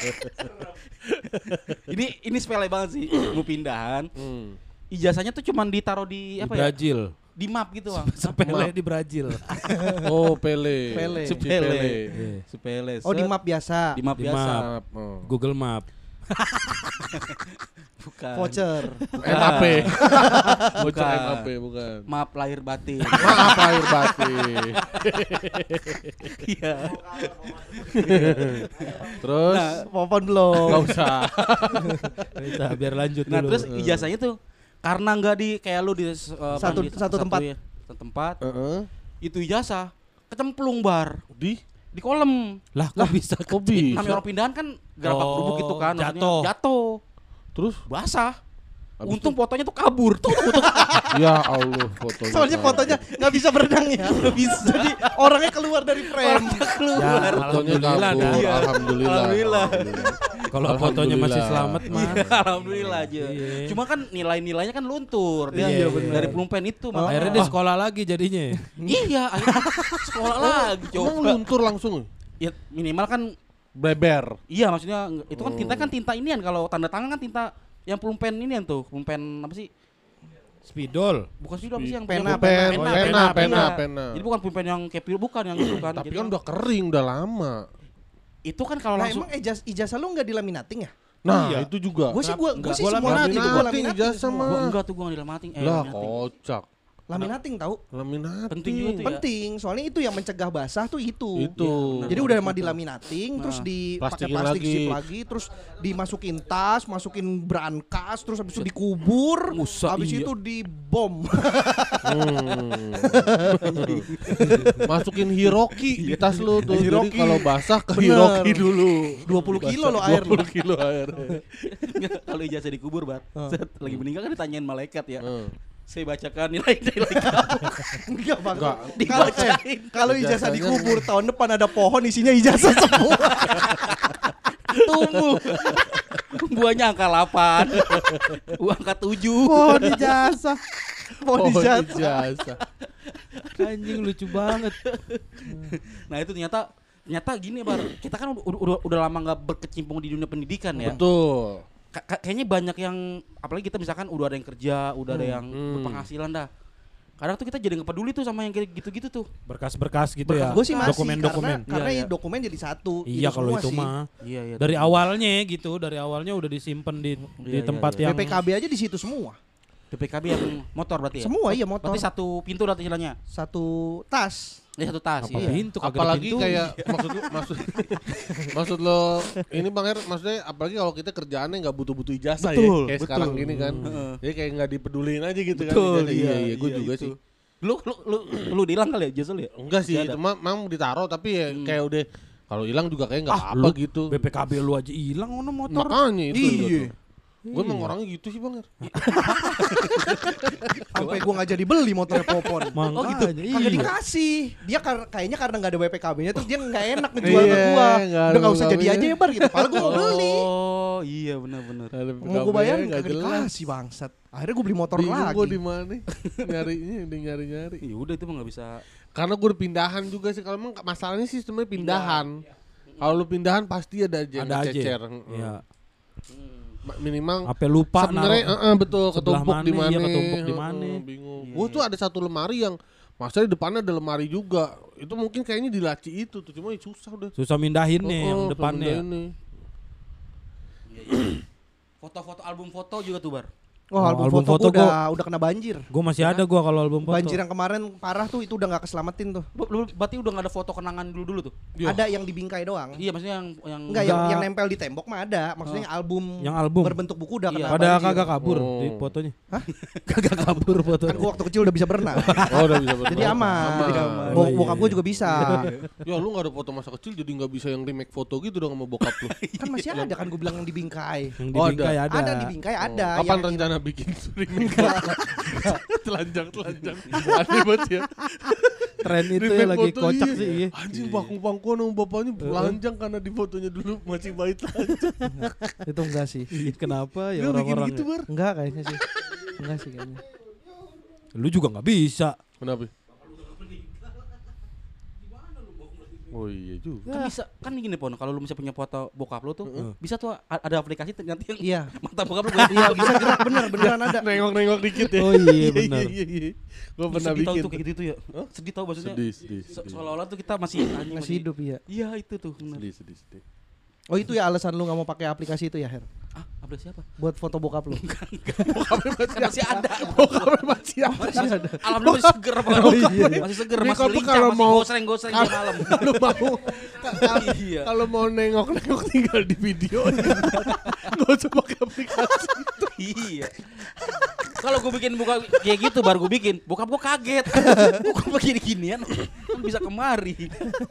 C: Ini ini sepele banget sih, mau pindahan.
B: Hmm.
C: Ijazahnya tuh cuman ditaruh di
D: Di
C: apa ya?
D: Brazil.
C: Di map gitu, Bang.
D: Sepele di Brazil.
B: Oh, Pele.
A: Pele.
B: Si
C: Sepele.
D: Iya.
C: Sepele.
A: Oh, di
C: set.
A: map biasa.
C: Di map
D: Di
C: biasa.
D: map.
B: Map, oh.
D: Google Map.
C: Bukan.
A: Voucher.
B: M A P. Bocor
C: Bukan.
B: M A P bukan.
C: Map lahir batin.
B: Maaf air batin.
C: Iya.
B: Terus
C: Nah,
A: Popon belum.
B: nggak usah.
D: Kita biar lanjut
C: Nah,
D: dulu.
C: terus ijazahnya tuh karena nggak di kayak lu di uh,
A: Satu-
C: di
A: satu tempat.
C: ya, satu tempat.
B: Heeh.
C: Itu ijazah kecemplung, Bar.
B: Di
C: Di kolom.
D: Lah kok bisa
B: kok
C: Namanya
B: bisa?
C: orang pindahan kan gerapak
D: Oh,
C: kerubuk gitu kan, maksudnya
D: jatuh.
C: jatuh.
B: Terus
C: Basah.
B: Habis
C: Untung fotonya tuh kabur. Tuh, tuh, tuh.
B: ya Allah fotonya.
A: Soalnya fotonya nggak bisa berenang ya. Nggak bisa. Jadi orangnya keluar dari frame.
C: keluar.
D: Ya,
B: fotonya
D: alhamdulillah
B: kabur.
D: dah.
C: Iya.
B: Alhamdulillah.
C: Alhamdulillah.
D: Kalau fotonya masih
B: Alhamdulillah.
D: selamat mah.
C: Iya, alhamdulillah aja.
D: Iya.
C: Cuma kan nilai-nilainya kan luntur. Dia
D: Iya, bener.
C: dari pulpen itu makanya.
D: Akhirnya dia sekolah lagi jadinya.
C: Iya, akhirnya sekolah lagi
B: Emang
C: coba.
B: luntur langsung?
C: Ya, minimal kan
B: Beber.
C: iya maksudnya nge- itu kan tinta kan
B: Oh.
C: tinta inian, kalau tanda tangan kan tinta yang pulpen inian tuh, pulpen apa sih?
D: Spidol.
C: Bukan sih apa sih yang
A: Pena,
C: punya
B: Pen,
C: pulpen?
B: pena, pena, pena,
C: iya.
B: pena.
C: Jadi bukan pulpen yang kayak pil- bukan yang itu kan.
B: Tapi
C: Jadi
B: kan udah kering, udah lama.
C: itu kan kalau
A: Nah,
C: langsung
A: emang ijaz ijazah lu nggak dilaminating ya?
B: Nah,
C: Iya.
B: itu juga.
A: Gue sih gua
C: Enggak.
A: gue sih
D: Gua
A: semua
D: laminating,
A: itu
B: gua
A: gua
B: laminating
A: laminating
B: ijazah
A: semua.
B: mah.
C: gua enggak tuh gua enggak dilamating. Eh,
B: Lah,
C: laminating.
B: kocak.
A: Laminating tahu.
B: Laminating.
C: Penting juga tuh ya.
A: Penting, soalnya itu yang mencegah basah tuh itu.
B: Itu.
C: Iya,
A: Jadi udah mah dilaminating, terus
C: Nah,
A: dipakai
B: plastikin
A: plastik
B: lagi.
A: zip lagi, terus dimasukin tas, masukin brankas, terus habis itu dikubur,
C: Musa,
A: habis
C: iya.
A: itu dibom.
B: Hmm. Masukin Hiroki di tas lu tuh. Jadi
A: Hiroki.
B: kalau basah ke
A: Bener.
B: Hiroki dulu.
A: dua puluh kilo lo air lo.
B: dua puluh kilo air.
C: Nggak, kalau ijazah dikubur, Bat. Set, lagi meninggal kan ditanyain malaikat ya.
B: Hmm.
C: Saya bacakan nilai-nilai kamu.
A: Enggak, Bang.
B: Enggak.
A: Kalau
C: Dibacain.
A: kalau ijazah
B: Ijazahnya-
A: dikubur tahun depan ada pohon isinya ijazah semua.
C: Tumbuh. Buahnya angka delapan. Gua angka tujuh.
A: Pohon ijazah. Pohon
B: Oh,
A: ijazah.
B: ijazah.
D: Anjing lucu banget.
C: Nah, itu ternyata ternyata gini, Bar. Kita kan udah udah, udah lama nggak berkecimpung di dunia pendidikan ya.
B: Betul.
C: Ka- ka- kayaknya banyak yang apalagi kita misalkan udah ada yang kerja, udah ada yang
B: Hmm.
C: berpenghasilan dah. Kadang tuh kita jadi nggak peduli tuh sama yang kayak gitu-gitu tuh.
D: Berkas-berkas gitu ya.
A: Gue sih masih
D: Dokumen-dokumen.
A: karena, karena
C: Iya,
A: ya
C: iya.
A: dokumen jadi satu.
D: Iya
A: gitu
D: kalau
A: semua
D: itu
A: sih.
D: mah.
C: Iya, iya.
D: Dari awalnya gitu, dari awalnya udah disimpan di di
C: Iya,
D: tempat
C: iya,
D: yang
A: B P K B aja di situ semua.
C: D P K B yang motor berarti ya?
A: Semua iya motor.
C: Berarti satu pintu berarti istilahnya.
A: Satu tas.
C: Ya satu tas.
D: apa
C: Iya.
D: pintu kagak ada
B: Apalagi
D: pintu.
B: kayak maksud lu, maksud maksud lo ini Bang Her, maksudnya apalagi kalau kita kerjaannya nggak butuh-butuh ijazah
C: Betul,
B: ya kayak
C: betul.
B: sekarang gini kan.
C: Heeh.
B: Jadi kayak nggak dipedulin aja gitu kan.
C: Betul,
B: ijazah. Iya, iya, gue
C: iya,
B: juga
C: itu.
B: sih.
C: Lu lu lu lu hilang kali ya jasa lu ya?
B: Enggak sih,
C: Nggak ada.
B: cuma memang ditaruh tapi ya
C: Hmm.
B: kayak udah kalau hilang juga kayak nggak
D: Ah,
B: apa
D: lu
B: gitu.
D: B P K B lu aja hilang ono motor.
B: Makanya itu.
A: Iya.
B: Gue emang orangnya gitu sih Bang Her.
A: Sampai gua nggak jadi beli motornya Popon.
D: Makanya,
C: Oh, gitu?
D: iya.
A: Kagak dikasih. Dia kar- kayaknya karena nggak ada B P K B-nya terus dia nggak enak ngejual ke
B: Iya,
A: gua.
B: nggak ada
A: Udah nggak usah
B: B P K
A: jadi
B: B-nya.
A: aja ya bar gitu. Padahal gua mau beli.
C: Oh, iya benar-benar.
A: Mau gua bayar kagak dikasih bangsat. Akhirnya gua beli motor
B: Bingung
A: lagi.
B: gue di mana nyarinya, udah nyari-nyari.
C: Ya udah itu mah enggak bisa.
B: Karena gue udah pindahan juga sih. Kalau emang masalahnya sih sebenarnya pindahan. Kalau lu pindahan pasti ada aja yang
D: Ada aja.
B: cecer.
D: Iya.
B: Ma- Minimal
D: Apa lupa
B: sebenarnya
D: naruh.
B: eh, eh, betul
D: sebelah
B: ketumpuk
D: mana,
B: di
D: iya,
B: mana.
D: ketumpuk di
B: eh,
D: mana.
B: eh, Bingung.
C: Iya,
B: Gue tuh
C: iya.
B: ada satu lemari yang masalah di depannya ada lemari juga. Itu mungkin kayaknya di laci itu tuh, cuma ya susah udah.
D: Susah mindahinnya
B: Oh,
D: yang
B: oh,
D: depannya.
B: sama ini.
C: Iya iya. Foto-foto album foto juga tuh Bar.
A: Oh,
D: Oh,
A: album,
D: album
A: foto,
D: foto
A: gua udah udah kena banjir.
D: Gue masih ada gue kalau album foto.
A: Banjir yang kemarin parah tuh itu udah nggak keselamatin tuh.
C: Lu, lu berarti udah gak ada foto kenangan dulu-dulu tuh?
A: Ada yang dibingkai doang.
C: Iya maksudnya yang yang
A: Enggak, yang,
D: Enggak.
A: yang nempel di tembok mah ada. Maksudnya yang album
D: Yang album.
A: berbentuk buku udah
C: Iya.
A: kena
D: Pada
A: banjir.
D: kagak kabur
B: Oh.
D: di fotonya.
A: Hah?
D: Kagak kabur
A: Kan
D: fotonya.
A: gua waktu kecil udah bisa berenang.
B: Oh, udah bisa betul.
A: Jadi aman.
B: Aman.
A: Bo-
D: Oh, iya,
A: bokap gua
D: iya.
A: juga bisa.
B: Ya lu gak ada foto masa kecil jadi gak bisa yang remake foto gitu dong sama bokap lu.
A: Kan masih ada kan gua bilang yang dibingkai.
D: Yang
B: Oh,
D: dibingkai ada.
A: Ada dibingkai ada.
B: Oh, kapan
A: Yang-
B: rencana bikin remake? telanjang telanjang. Aneh banget ya.
D: Tren itu ya
B: Remake
D: lagi
B: foto,
D: kocak
B: iya.
D: sih. Iya.
B: Anjing bangku-bangkuan sama bapaknya telanjang karena di fotonya dulu masih bayi telanjang.
A: Itu enggak sih.
D: Iya, kenapa ya
B: Lu bikin
D: orang-orang?
B: gitu, Bar?
A: Enggak kayaknya sih. Enggak sih kayaknya.
D: Lu juga nggak bisa.
B: Kenapa? Oh iya juga.
C: kan bisa kan gini Pon, kalau lu misalnya punya foto bokap lu tuh bisa tuh a- ada aplikasi tuh nanti yang
A: Iya.
C: mata bokap lu gue
A: Iya, bisa gerak bener, beneran ada.
B: Nengok-nengok dikit ya.
D: Oh iya, benar.
B: Iya iya. Gua pernah
C: sedih tau
B: bikin.
C: tuh kayak gitu tuh ya. Sedih tau maksudnya.
B: Sedih, sedih,
C: Se-
B: sedih.
C: Seolah-olah tuh kita masih anjing,
A: Masih hidup iya.
C: Iya itu tuh benar.
B: Sedih, sedih, sedih.
A: Oh itu ya alasan lu nggak mau pakai aplikasi itu ya, Her?
C: Ah, aplikasi apa?
A: Buat foto bokap lu.
C: Kan masih ada.
B: Bokapnya masih ada.
C: Masih ada. Alhamdulillah masih seger apa? Masih seger,
B: Ini
C: masih
B: kalau-
C: lincah,
B: kalau
C: masih
B: mau-
C: gosreng-gosreng di malam.
B: Kalau mau
C: Iya.
B: kalau mau nengok-nengok tinggal di video. Gak usah pakai aplikasi.
C: Iya. Kalau gue bikin buka kayak gitu baru gue bikin, bokap gue kaget. Kok begini ginian kan bisa kemari.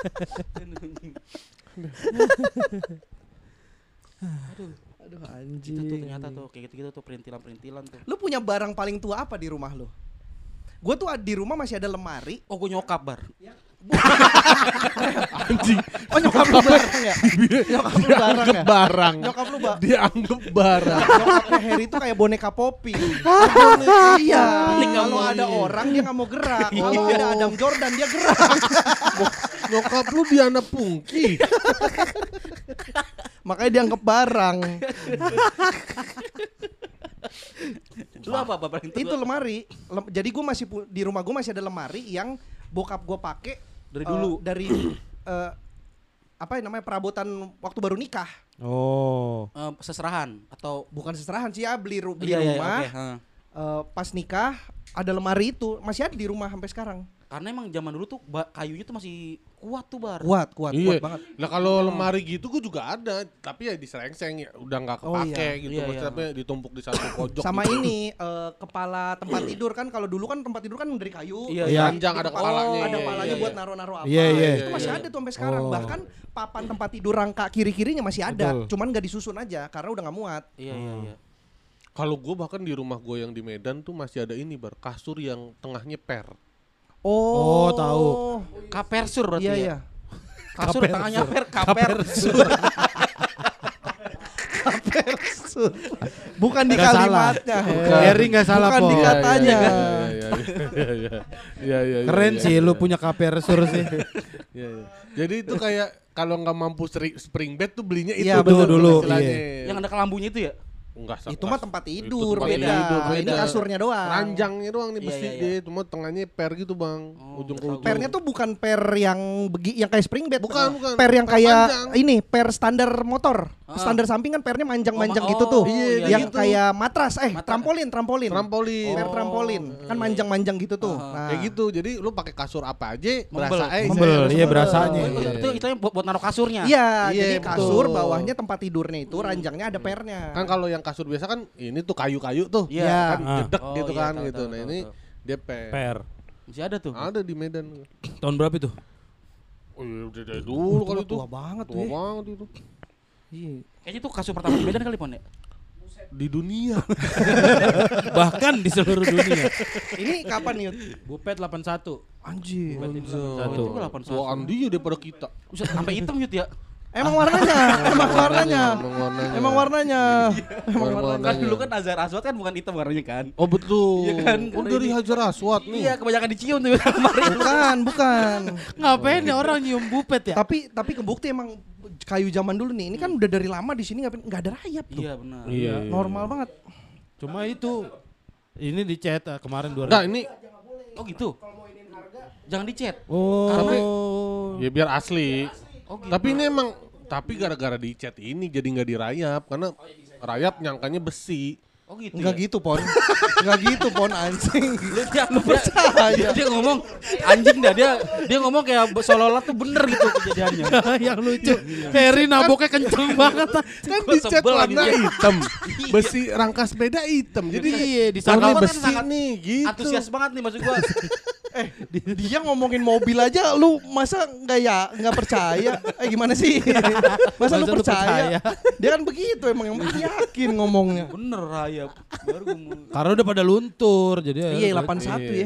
A: Aduh
C: Itu
A: anjing.
C: tuh ternyata tuh kayak gitu-gitu tuh perintilan-perintilan tuh.
A: Lu punya barang paling tua apa di rumah lu? Gue tuh di rumah masih ada lemari.
C: Oh gue nyokap Bar.
B: Anjing.
A: Oh nyokap lu barang ya? Nyokap lu barang
B: Dianggap
A: ya?
B: barang.
A: Nyokap lu ba
B: Dianggap barang.
A: Nyokapnya Harry itu kayak boneka Poppy. Iya. Kalau ada orang dia nggak mau gerak. Kalau ada Adam Jordan dia gerak.
B: Nyokap lu Diana Pungki.
A: Makanya dianggap barang.
C: Lu apa apa paling tua?
A: Itu lemari. Lem- jadi gue masih pu- di rumah gue masih ada lemari yang bokap gue pakai
C: Dari
A: eh,
C: dulu.
A: dari eh, apa ya namanya perabotan waktu baru nikah.
D: Oh.
C: Eh, seserahan atau
A: Bukan seserahan sih ya beli, ru- beli
C: iya, iya,
A: rumah.
C: oke, ha.
A: Eh, pas nikah ada lemari itu masih ada di rumah sampai sekarang.
C: Karena emang zaman dulu tuh ba- kayunya tuh masih kuat tuh Bar.
A: Kuat, kuat,
B: Iya.
A: kuat banget.
B: Lah kalau lemari gitu gue juga ada, tapi ya diserengseng ya, udah nggak
A: Oh,
B: kepake
A: iya.
B: gitu,
C: Iya,
B: maksudnya
C: iya.
B: apa ya, ditumpuk di satu pojok.
A: Sama
B: gitu.
A: ini eh, kepala tempat tidur kan kalau dulu kan tempat tidur kan dari kayu.
C: Iya,
A: Terus
D: iya.
A: di
B: Panjang, ada
A: kepala-
B: kepalanya,
A: ada
B: iya,
A: kepalanya
B: iya,
A: buat
B: iya.
A: naruh-naruh apa.
D: Iya, iya.
A: Itu masih
C: Iya,
A: ada tuh sampai sekarang.
D: Oh.
A: Bahkan papan tempat tidur rangka kiri-kirinya masih ada.
D: Betul.
A: Cuman nggak disusun aja karena udah nggak muat.
C: Iya iya iya.
B: Kalau gue bahkan di rumah gue yang di Medan tuh masih ada ini bar kasur yang tengahnya per.
A: Oh,
D: Oh, tahu.
C: Kapersur berarti
A: Iya,
C: ya.
A: iya.
C: Kasur tangannya per kapersur.
A: Bukan di
D: Nggak salah.
A: kalimatnya. Her.
B: Bukan.
D: Harry nggak salah
A: Bukan
D: po.
A: di katanya.
B: Iya iya iya iya iya iya.
D: Keren
B: iya,
D: sih
B: iya.
D: lu punya kapersur sih.
B: Iya, iya. Jadi itu kayak kalau nggak mampu seri- spring bed tuh belinya itu
A: Iya,
B: tuh
D: betul dulu,
B: istilahnya.
C: Yang ada kelambunya itu ya?
B: Enggak,
A: Itu mah tempat tidur,
B: tempat
A: beda.
B: tidur,
A: Ini
B: beda.
A: kasurnya doang.
B: Ranjangnya doang nih
C: Iya,
B: besi
C: iya, iya.
B: dia, cuma tengahnya per gitu bang,
C: Oh,
B: ujung ke
C: nggak tahu.
B: ujung.
A: Pernya tuh bukan per yang begi yang kayak spring bed.
B: Bukan, bukan.
A: Per yang
B: Per
A: kayak
B: panjang.
A: ini, per standar motor.
C: Ah.
A: Standar samping kan pernya manjang-manjang
C: Oh,
A: gitu tuh.
C: oh, iya,
A: yang
B: gitu.
A: kayak matras, eh
C: Matras.
A: trampolin, trampolin.
B: Trampolin.
A: Per trampolin. Kan manjang-manjang gitu tuh.
C: Ah.
A: Nah.
B: Kayak gitu, jadi lu pakai kasur apa aja,
C: Membel.
B: berasa aja.
D: Membel,
B: isinya
D: iya,
B: sembel.
D: berasanya.
C: Oh, itu,
B: Iya,
C: itu,
B: iya.
C: itu yang buat, buat naruh kasurnya.
A: Iya,
B: Iya,
A: jadi
B: betul.
A: kasur bawahnya tempat tidurnya itu ranjangnya ada pernya.
B: Kan kalau yang kasur biasa kan ini tuh kayu-kayu tuh,
C: Iya.
B: kan
D: Ah.
B: jedek
C: Oh,
B: gitu
C: iya,
B: kan
C: tahu,
B: gitu.
C: tahu,
B: Nah
C: tahu,
B: ini
C: tahu.
B: dia per.
D: Per.
C: Masih ada tuh.
B: Ada di Medan.
D: Tahun berapa itu?
B: Oh iya udah dari dulu kali itu.
A: tua banget tuh
B: Tua
A: ya.
B: banget itu.
A: Iya.
C: Kayaknya tuh kasur pertama di Medan kali Pon ya?
B: Di dunia.
D: Bahkan di seluruh dunia.
A: Ini kapan Yud?
D: Bupet delapan satu.
A: Anjir.
D: Satu.
C: Itu delapan satu.
B: Tuaan dia daripada kita.
C: Buset, sampai hitam Yud ya.
A: Emang warnanya, emang warnanya.
B: Emang warnanya.
A: Emang warnanya.
B: Emang
C: Kan
B: warnanya.
C: dulu kan Azhar Aswad kan bukan hitam warnanya kan.
B: Oh betul.
C: Iya kan,
B: Oh
C: karena
B: dari
C: ini-
B: Hajar Aswad nih.
C: Iya, kebanyakan dicium tuh kemarin.
A: Bukan, bukan.
D: Ngapain ya orang nyium bupet ya?
A: Tapi tapi kebukti emang kayu zaman dulu nih. Ini kan udah dari lama di sini nggak nggak ada rayap tuh.
C: Iya benar.
D: Iya.
A: Normal banget.
D: Cuma itu ini di chat eh, kemarin dua
B: Enggak ini
C: Oh gitu. Jangan dicet.
D: Oh.
B: ya biar asli.
C: Oh gitu.
B: Tapi ini emang Tapi gara-gara dicat ini jadi nggak dirayap karena rayap nyangkanya besi.
C: Oh gitu.
A: Enggak
C: ya?
A: gitu, Pon. Enggak gitu, Pon, anjing.
C: Lu dia,
A: Lu
C: dia,
A: percaya.
C: dia, dia ngomong anjing dah dia dia ngomong kayak seolah-olah tuh bener gitu kejadiannya.
D: Yang lucu. Harry naboknya kenceng banget.
B: Kan
C: Gua
B: dicat
C: sebel
B: warna
C: anjing.
B: hitam. Besi rangka sepeda hitam. Jadi
D: Iya,
B: oh,
D: disangka
B: ini
C: kan
B: besi
C: sangat
B: nih gitu.
C: Antusias banget nih maksud gua.
A: Eh, dia ngomongin mobil aja lu masa enggak ya enggak percaya? Eh gimana sih? Masa, lu
D: Masa lu
A: percaya?
D: percaya?
A: Dia kan begitu emang yang penting yakin ngomongnya.
C: Bener rayap. Baru gua mau.
D: Karena udah pada luntur jadi
A: Iya,
D: akhirnya
A: delapan puluh satu ya.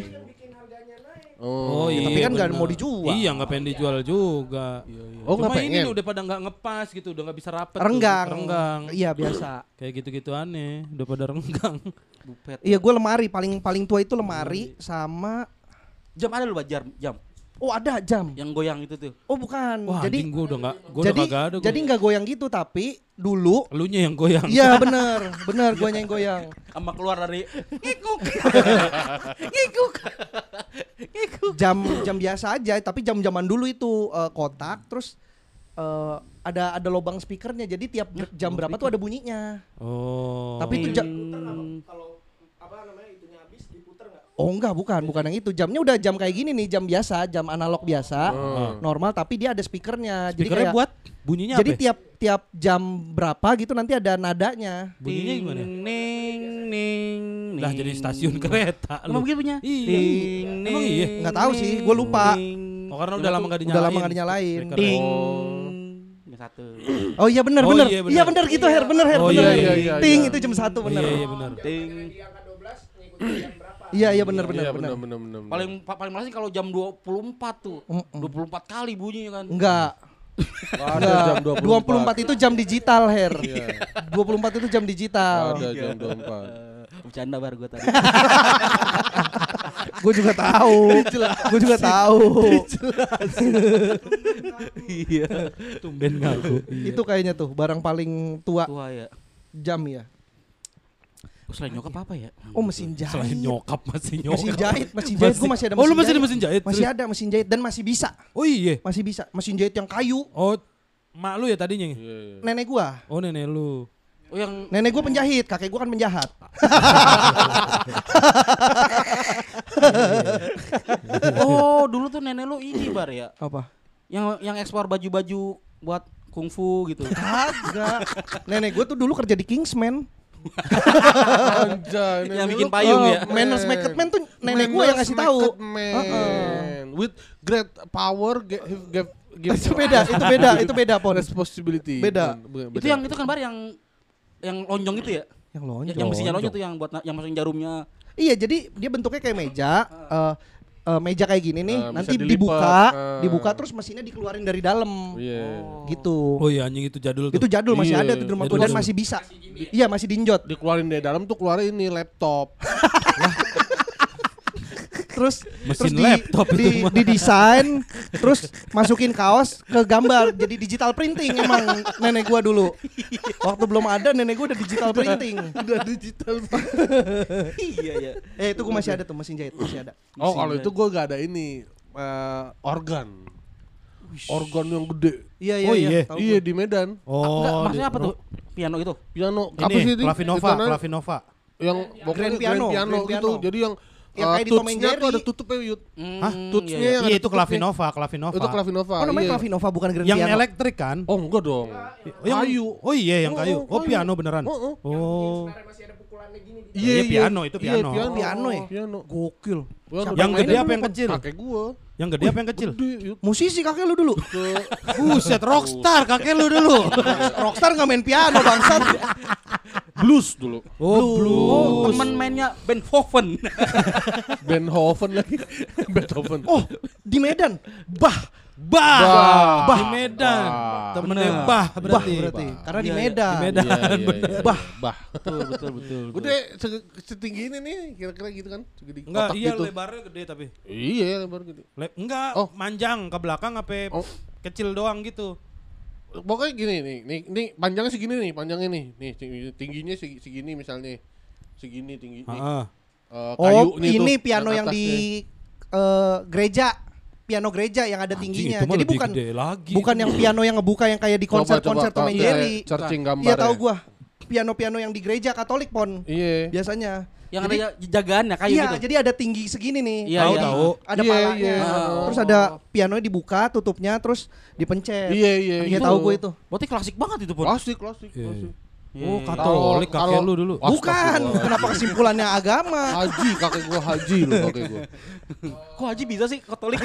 D: Oh, iya.
A: tapi kan nggak
D: bener.
A: mau dijual.
D: Iya, nggak pengen dijual juga.
B: Oh,
D: Cuma
B: nggak
D: ini
B: pengen?
D: nih udah pada nggak ngepas gitu, udah nggak bisa rapet. tuh,
A: Renggang.
D: Renggang.
A: Iya, biasa.
D: Kayak gitu-gitu aneh, udah pada renggang.
C: Bupet.
A: Iya, gue lemari paling paling tua itu lemari sama
C: Jam ada lu Bajar, jam.
A: oh ada jam.
C: Yang goyang itu tuh.
A: Oh bukan.
D: Wah,
A: jadi
D: anjing gua udah nggak, gua
A: jadi
D: udah kagak ada.
A: jadi nggak goyang gitu tapi dulu
D: Elunya yang goyang.
A: iya bener bener guanya yang goyang.
C: Sama keluar dari ngikuk.
A: Ngikuk. Ngikuk. Jam jam biasa aja tapi jam zaman dulu itu eh, kotak terus eh, ada ada lubang speakernya jadi tiap ber- jam berapa tuh ada bunyinya.
D: Oh.
A: Tapi itu jam
E: Kalau apa namanya itunya habis diputer nggak?
A: oh enggak bukan bukan yang itu jamnya udah jam kayak gini nih jam biasa jam analog biasa normal tapi dia ada speakernya jadi
D: speakernya
A: kayak
D: buat bunyinya
A: jadi
D: apa? ya?
A: tiap tiap jam berapa gitu nanti ada nadanya.
D: Bunyinya gimana?
C: Ning ning ning.
D: Lah jadi stasiun kereta.
C: Emang
D: lu.
C: begitu punya?
D: Iya. Emang iya?
A: Nggak tahu sih, gue lupa.
D: Oh, karena udah lama nggak dinyalain.
A: Udah lama nggak dinyalain.
D: Speakernya.
C: Ding.
D: Oh.
C: Jam satu.
A: Oh iya benar
D: Oh,
A: benar.
D: iya, benar.
A: Iya benar gitu Her, benar Her,
D: Oh,
A: benar.
D: iya,
A: Her.
B: iya, iya,
A: Ting
B: iya.
A: itu jam satu benar.
D: Iya, iya benar.
C: Ding.
E: Di angka dua belas ngikutin jam berapa?
A: Iya iya benar benar
B: Iya
A: benar.
B: benar benar benar.
C: Paling pa- paling malas sih kalau jam dua puluh empat tuh.
A: Mm-mm.
C: dua puluh empat kali bunyinya kan.
A: Enggak.
B: ada jam
A: Enggak. dua puluh empat itu jam digital Her. dua puluh empat itu jam digital.
B: Ada jam dua puluh empat.
C: Bercanda baru gue tadi.
A: Gue juga tahu. Gue juga tahu.
C: Iya.
D: Tumben ngaku.
A: Itu kayaknya tuh barang paling tua
C: Tua ya.
A: jam ya.
C: Oh, selain nyokap apa ya?
A: Oh mesin jahit.
D: Selain nyokap masih nyokap.
A: Mesin jahit, mesin jahit gue masih ada
D: Oh,
A: mesin
D: lu masih ada
A: jahit.
D: mesin jahit?
A: Masih
D: Terus?
A: ada mesin jahit dan masih bisa.
D: Oh iya.
A: Masih bisa. Mesin jahit yang kayu.
D: Oh, mak lu ya tadinya?
B: Iya.
A: Nenek gua.
D: Oh, nenek lu.
C: Oh yang
A: Nenek gua penjahit, kakek gua kan penjahat.
C: Oh, dulu tuh nenek lu ini bar ya.
A: Apa?
C: Yang yang ekspor baju-baju buat kungfu gitu.
A: Kagak. Nenek gua tuh dulu kerja di Kingsman.
B: Anjay,
C: Yang
B: nenek
C: bikin
B: lu-
C: payung
A: Oh,
C: ya.
A: Manners Naked Man tuh nenek gua yang ngasih tahu.
B: Manners Naked Man. With great power give give give
A: Itu beda, itu beda, itu beda Pon.
B: responsibility.
A: Beda.
B: Bukan- bukan-
C: Itu
B: beda.
C: yang itu kan bar yang yang lonjong itu ya?
A: Yang lonjong.
C: Yang, yang mesinnya lonjong tuh yang buat na- yang masukin jarumnya.
A: Iya, jadi dia bentuknya kayak meja. eh, eh, meja kayak gini nih,
B: Eh,
A: nanti
B: bisa dilipat,
A: dibuka,
B: eh.
A: dibuka terus mesinnya dikeluarin dari dalam.
B: Iya.
A: Gitu.
D: Oh iya anjing itu jadul tuh.
A: Itu jadul masih
B: Iya.
A: ada tuh di rumah
D: Itu
A: gua dan
D: masih-
A: masih bisa. Iya, masih dinjot.
B: Dikeluarin dari dalam tuh keluar ini laptop.
A: Terus
D: Mesin
A: terus di,
D: laptop itu
A: di,
D: mah.
A: didesain, terus masukin kaos ke gambar, jadi digital printing emang nenek gua dulu. Waktu belum ada nenek gua udah digital printing.
B: Udah digital.
C: Iya ya.
A: Eh itu gua masih ada tuh mesin jahit masih ada.
B: Oh, kalau itu gua gak ada ini eh, organ. Organ yang gede.
A: Iya iya
D: Oh,
A: iya.
D: iya.
A: tahu
B: Iya
A: gua.
B: di Medan.
D: Oh,
C: Enggak,
D: di-
C: maksudnya apa tuh? Piano itu.
B: Piano
D: Ini
B: apa sih itu?
D: Clavinova,
B: Itu namanya
D: Clavinova.
B: yang pokoknya
A: Grand piano,
B: piano
A: grand
B: gitu.
A: piano.
B: Jadi yang
A: Yang
B: eh,
A: kayak di Tom and
B: touch-nya tuh
A: Jerry.
B: ada tutupnya Yud.
C: Hah?
B: Touch-nya
C: Iya,
B: yang
D: Iya
B: ada
D: itu
B: tutupnya.
D: Clavinova, Clavinova.
B: Itu Clavinova.
A: Oh namanya
B: iya.
A: Clavinova bukan grand
D: Yang
A: piano.
D: elektrik kan?
B: Oh enggak dong.
D: Oh, yang,
B: kayu.
D: Oh iya yang
B: Oh,
D: kayu.
B: oh,
D: Oh
B: kayu.
D: piano beneran.
B: Oh, oh.
D: Oh.
E: Sebenarnya masih ada pukulannya gini di
D: Iya, piano, itu
B: Iya,
D: piano.
B: piano.
A: Piano ya?
B: Piano.
A: Gokil.
B: Piano.
D: Yang
B: Main
D: gede
B: dulu
D: apa yang
B: kan
D: kecil?
B: Kakek gua.
D: Yang gede apa yang kecil?
B: Gede, Yud.
A: Musisi kakek lu dulu.
B: Ke
D: Buset, rockstar kakek lu dulu.
A: Rockstar nggak main piano bangsat.
B: blues dulu.
D: Oh,
C: Oh,
D: blues.
C: temen mainnya Beethoven.
B: Beethoven lagi. Beethoven.
A: Oh di Medan. Bah.
D: Bah,
B: Bah.
D: bah. Di Medan.
B: Bah.
D: Temennya
C: Bener.
D: bah
A: Bah
D: berarti.
A: berarti. Karena di
C: Iya, iya.
A: Medan.
D: Di Medan.
B: Iya, iya, iya.
A: Bah.
B: Bah.
C: betul, betul, betul.
B: Udah se- setinggi ini nih kira-kira gitu kan. Segede
D: Enggak,
B: kotak
D: iya
B: gitu.
D: lebarnya gede tapi.
B: Iya, lebar gede.
D: Le enggak,
B: Oh.
D: manjang ke belakang apa
B: Oh.
D: kecil doang gitu.
B: Pokoknya gini nih, nih, nih panjangnya segini nih, panjangnya nih, nih tinggi- tingginya segi- segini misalnya, segini tinggi. nih.
D: Heeh.
B: Eh,
A: Oh
B: kayu nih
A: ini
B: tuh,
A: piano yang
B: atasnya.
A: di eh, gereja. piano gereja yang ada
D: Anjing,
A: tingginya.
D: itu mah
A: Jadi
D: lebih
A: bukan
D: gede lagi.
A: bukan yang piano yang ngebuka yang kayak di konser-konser Tom and Jerry.
B: Searching gambar.
A: Iya tahu gua. Piano-piano yang di gereja Katolik Pon.
B: Iya.
A: Biasanya.
C: Yang
A: Jadi-
C: ada jagaannya kayu
A: Iya,
C: gitu.
A: jadi ada tinggi segini nih.
C: Iya,
D: Tahu
C: iya.
D: tahu.
A: Ada
B: Iya,
A: palanya.
B: iya.
A: Terus ada pianonya dibuka, tutupnya terus dipencet.
B: Iya iya.
A: Iya
B: gitu.
A: tahu gue itu.
C: Berarti klasik banget itu pun.
B: Klasik klasik
D: Iya.
B: klasik.
D: Oh,
C: Iya.
D: Katolik
B: Kalau-
D: kakek
B: kalau-
D: lu dulu.
A: Bukan,
B: Astagfirullah.
A: kenapa kesimpulannya agama?
B: Haji kakek gua haji loh kakek gua.
C: Kok Haji bisa sih Katolik?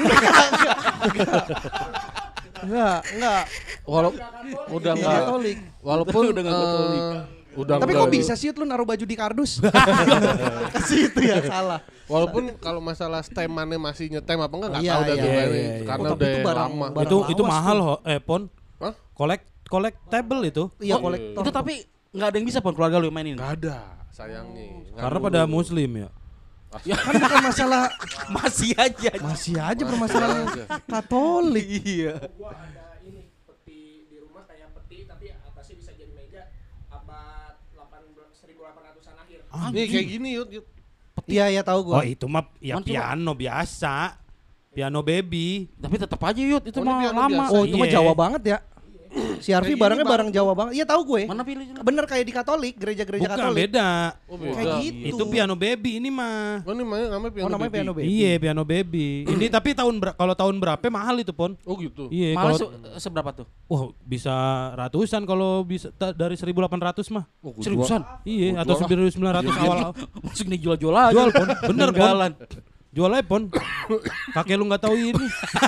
A: Enggak, enggak.
B: Walaupun udah
A: Iya,
B: enggak
A: Katolik.
B: walaupun
C: Udah nggak
B: eh,
C: Katolik.
B: udah
A: Tapi
B: enggak.
A: kok bisa sih lu naruh baju di kardus? Kasih itu ya salah.
B: Walaupun kalau masalah stemannya masih nyetem apa enggak enggak
A: Iya,
B: tahu dah
A: iya,
B: tuh
D: iya,
B: Bang.
D: iya, iya.
B: Karena
A: Oh, tapi
B: udah
A: itu barang-
B: lama.
A: barang-
D: Itu itu
A: lawas
D: mahal
A: tuh.
D: ho, eh pon.
B: Hah?
D: Collect collectible itu.
A: Iya,
B: Oh,
A: kolektor.
C: Itu tapi nggak ada yang bisa pun keluarga lu yang mainin.
B: Enggak ada sayangnya. Nggak
D: Karena
B: dulu.
D: pada muslim ya.
A: Kan bukan masalah
C: Masih aja.
A: masih aja permasalahan
B: Aja.
A: Katolik.
C: Iya.
E: Gua ada ini peti di rumah kayak peti tapi atasnya bisa jadi meja abad seribu delapan ratusan akhir.
B: Nih kayak gini yuk, yuk.
A: Iya, iya tahu
D: Oh,
A: gue.
D: itu mah ya
C: Man, coba.
D: piano biasa. Piano baby.
C: Tapi tetap aja Yud, itu
B: Oh, ini
C: mah
B: piano
C: lama.
B: biasa.
A: Oh, itu mah
D: Iya.
A: Jawa banget ya. Si Arfi
B: Kayak gini,
A: barangnya
B: Bang.
A: barang Jawa banget. Iya tahu gue.
C: Mana pilih?
A: Bener kayak di Katolik, gereja-gereja
D: Bukan
A: Katolik.
D: beda.
B: Oh, beda.
A: Kayak gitu.
D: Itu piano baby ini mah.
B: Oh, ini namanya namanya piano
A: Oh, namanya
B: baby.
A: piano baby.
D: Iya, piano baby. Ini tapi tahun ber- kalau tahun berapa mahal itu, Pon?
B: Oh gitu.
D: Iya,
C: Malah
D: kalau
C: se- seberapa tuh?
D: wah bisa ratusan kalau bisa ta- dari seribu delapan ratus mah.
B: Oh, gua
C: Seriusan?
D: Iya,
B: Gua
D: atau
B: jual lah.
D: sembilan ratus awal.
C: Masuk nih jual-jual aja.
D: Jual, Pon. Bener, Pon.
C: Peninggalan.
D: Jual aja, Pon. Kakek lu nggak tahu ini.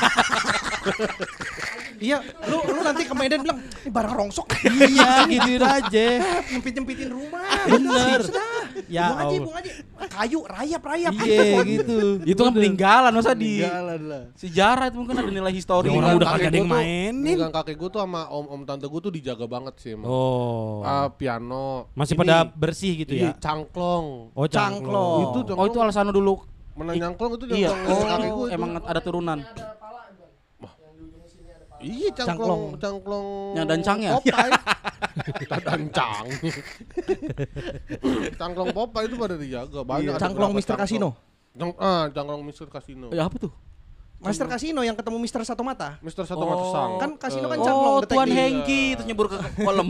A: Iya, lu lu nanti ke Medan bilang, ini barang rongsok.
D: Iya, gituin aja.
A: Nyempit-nyempitin rumah.
D: Bener.
A: Sudah.
D: Ya
A: buang aja,
D: Allah.
A: buang aja. Kayu, rayap-rayap.
D: Iya, gitu.
C: Itu kan peninggalan masa di
B: Peninggalan lah.
C: sejarah itu mungkin ada nilai histori.
D: Ya, orang udah
B: Kakek
D: kagak ada yang
B: gua tuh-
D: mainin.
B: peninggalan kakek gue tuh sama om-om tante gue tuh dijaga banget sih emang.
D: Oh.
B: Ah, piano.
D: Masih
B: Ini,
D: pada bersih gitu
B: iya,
D: ya.
B: cangklong.
D: Oh,
A: Cangklong.
D: cangklong.
B: Itu
C: Oh
B: cangklong.
C: itu alasan dulu.
B: Menang nyangklong itu
C: Iya.
B: cangklong kakek gue
C: Oh
B: itu.
C: emang ada turunan.
B: Iya cangklong, cangklong.
C: Yang dancangnya?
B: Popeye. Kita dancang. Cangklong Popeye itu pada dijaga banyak. ada
A: Cangklong
B: beberapa
A: Mister Kasino.
B: Cang- ah, cangklong Mister Kasino.
C: Ya apa tuh?
A: Master Kasino yang ketemu Mister Satu Mata.
B: Mister Satu
C: Oh.
B: Mata Sang.
A: Kan Kasino kan
B: Eh,
A: cangklong
C: Oh
A: detektif.
C: Tuan Hengki terus nyebur ke kolam.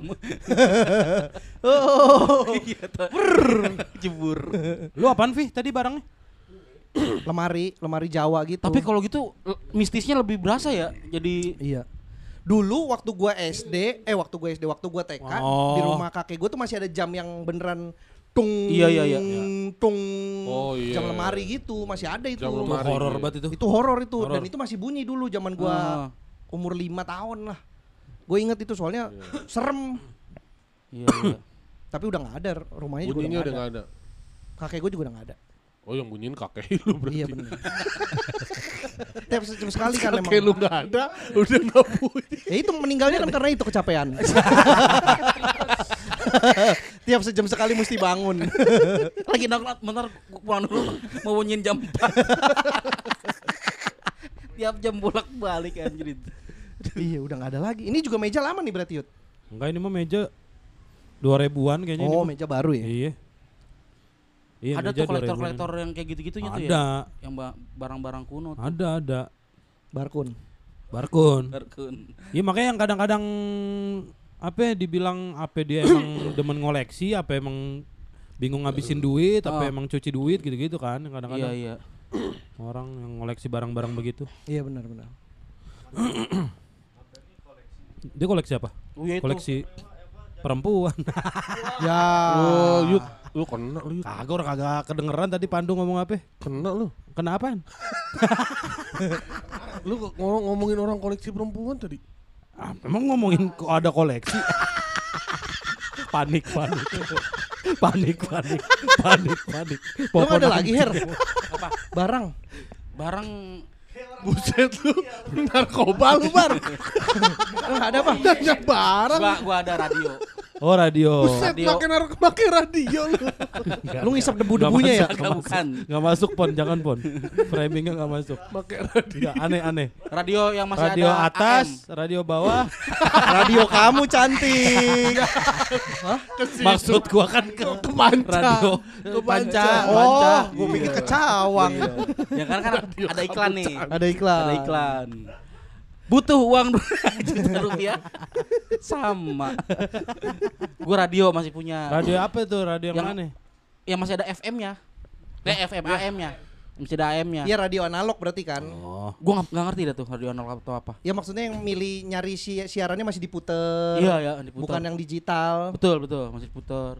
A: Oh,
C: Iya tuh. Jebur.
D: Lu apaan, Vi? Tadi barangnya?
A: lemari, lemari Jawa gitu.
C: Tapi kalau gitu mistisnya lebih berasa ya. Jadi
A: iya. Dulu waktu gua S D, eh waktu gua S D, waktu gua T K
D: Oh.
A: di rumah kakek gua tuh masih ada jam yang beneran tung
C: Iya, iya, iya.
A: tung
B: Oh, iya.
A: jam lemari gitu, masih ada itu.
B: Jam
D: Itu
B: lemari.
D: horor banget itu.
A: Itu horor itu
D: Horor.
A: dan itu masih bunyi dulu zaman gua
C: Ah.
A: umur lima tahun lah. Gue inget itu soalnya serem,
C: iya iya.
A: tapi udah nggak ada rumahnya juga
B: Bunyinya
A: udah
B: udah
A: nggak ada.
B: nggak ada.
A: Kakek gue juga udah nggak ada.
B: Oh yang bunyiin kakek lu berarti.
A: Iya benar. Tiap sejam sekali kan
B: Kakek lu
A: emang.
B: nggak ada, udah nggak bunyi.
A: Ya itu meninggalnya kan karena itu kecapean. Tiap sejam sekali mesti bangun.
C: Lagi nongkrong bentar gua pulang dulu mau bunyiin jam empat. Tiap jam bolak-balik anjir itu.
A: Iya udah nggak ada lagi. Ini juga meja lama nih berarti Yud.
D: Enggak, ini mah meja dua ribuan kayaknya.
A: Oh
D: ini mah.
A: meja baru ya.
D: Iya. Iya,
C: Ada
D: meja
C: tuh
D: dua ribuan.
C: kolektor-kolektor yang kayak gitu-gitunya tuh ya.
D: Ada,
C: Yang ba- barang-barang kuno tuh.
D: ada, ada.
A: Barkun.
D: Barkun.
C: Barkun.
D: Iya makanya yang kadang-kadang apa ya, dibilang apa dia emang demen ngoleksi, apa emang bingung ngabisin duit, apa
C: Oh.
D: emang cuci duit gitu-gitu kan yang
C: Iya
D: kadang-kadang
C: iya.
D: orang yang ngoleksi barang-barang begitu.
A: Iya benar benar.
D: Dia koleksi apa?
C: Oh, iya itu.
D: Koleksi perempuan.
A: Ya.
B: Oh Yud, lu kena lu Yud.
D: Kagak, orang kagak kedengeran tadi Pandu ngomong apa?
B: Kena lu.
D: Kenapa?
B: Lu kok ngomong ngomongin orang koleksi perempuan tadi.
D: Ah, memang ngomongin kok ada koleksi. panik, panik. panik, panik. Panik, panik.
A: Lu nggak ada lagi Her?
C: Apa?
A: Barang.
C: Barang
B: Buset lu, narkoba lu bar.
A: Lu nggak ada apa?
B: Nanya barang.
C: gua gua ada radio.
D: Oh radio.
B: Buset,
C: Radio.
B: makin narko pakai radio lu.
A: Lu ngisap debu-debunya ya?
C: Enggak, bukan.
D: Gak masuk pon, jangan pon. Framingnya gak masuk.
B: Pakai radio.
D: Gak aneh-aneh.
C: Radio yang masih
D: Radio
C: ada
D: atas,
C: A M.
D: radio bawah.
A: Radio kamu cantik.
D: Maksud gua kan ke
B: Kemanca.
D: radio
B: Ke
D: panca,
B: panca.
D: panca.
A: Oh, gue pikir ke Cawang.
C: Ya kan kan ada iklan nih.
A: Ada iklan.
C: Ada iklan. Butuh uang dua juta rupiah. Sama. Gue radio masih punya.
D: Radio apa tuh? Radio yang,
C: Yang-
D: mana?
C: Yang masih ada F M-nya. Eh F M A M-nya. Masih ada A M-nya.
A: Iya radio analog berarti kan?
D: Oh.
C: Gue nggak nggak ngerti dah tuh radio analog atau apa.
A: Ya maksudnya yang milih nyari si siarannya masih diputer.
C: Iya ya, diputar.
A: Bukan yang digital.
C: Betul betul masih putar.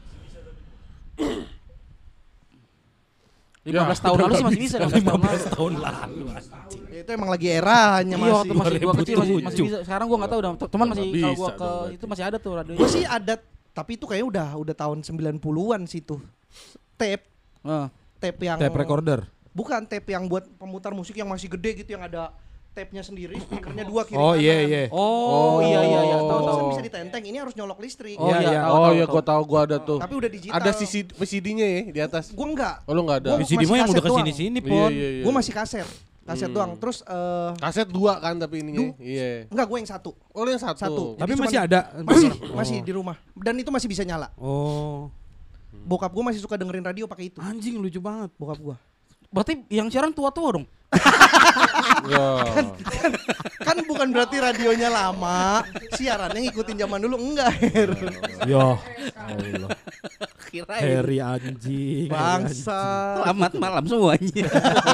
C: lima belas tahun lalu sih masih bisa dah, lima belas tahun lalu.
A: Ya, itu emang lagi eranya
C: Iya
A: masih.
C: waktu masih gua kecil masih, masih bisa. Sekarang gua enggak tahu dah. Cuman masih kalau gua
B: Bisa
C: ke
B: dong,
C: itu masih ada tuh radio.
A: Gue sih ada, tapi itu kayaknya udah udah tahun sembilan puluhan sih tuh. Tape,
C: Heeh.
A: tape yang
D: Tape recorder.
A: Bukan tape yang buat pemutar musik yang masih gede gitu yang ada tape-nya sendiri, speakernya dua kiri
D: Oh
A: kanan.
D: iya iya.
C: Oh, iya iya iya tahu
A: Terus
C: tahu.
A: kan bisa ditenteng, ini harus nyolok listrik.
C: Oh
D: Iya,
C: iya
D: iya.
C: tahu.
B: Oh
C: tahu,
B: iya,
C: tahu.
B: gua tahu, gua ada tuh.
A: Tapi udah digital.
B: Ada V C D-nya ya di atas.
A: Gua enggak.
B: Oh lu nggak ada.
A: Gua-
D: Di sini
A: masih
D: mah yang
A: kaset
D: udah
A: doang.
D: kesini-sini
B: Iya,
D: pon.
B: iya, iya.
A: Gue masih kaset, kaset
B: Hmm.
A: doang. Terus eh
B: Kaset dua kan tapi ininya.
A: Du-
B: Iya.
A: enggak, gue yang satu.
B: Oh lu yang satu.
A: Satu.
D: Tapi
A: Jadi
D: masih
A: cuman-
D: ada.
A: Masih,
D: Oh.
A: masih di rumah. Dan itu masih bisa nyala.
D: Oh.
A: Bokap gue masih suka dengerin radio pakai itu.
D: Anjing lucu banget.
A: Bokap gue.
C: Berarti yang siaran tua-tua dong.
B: Ya.
A: Kan bukan berarti radionya lama, siarannya ngikutin zaman dulu enggak, Her.
D: Yo. Allah.
C: Kirain.
D: Harry anjing.
A: Bangsa.
C: Selamat malam semuanya.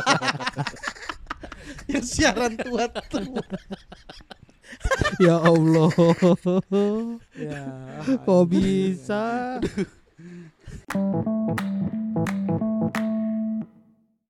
A: Yang siaran tua-tua.
D: Ya Allah. Ya. Kok bisa?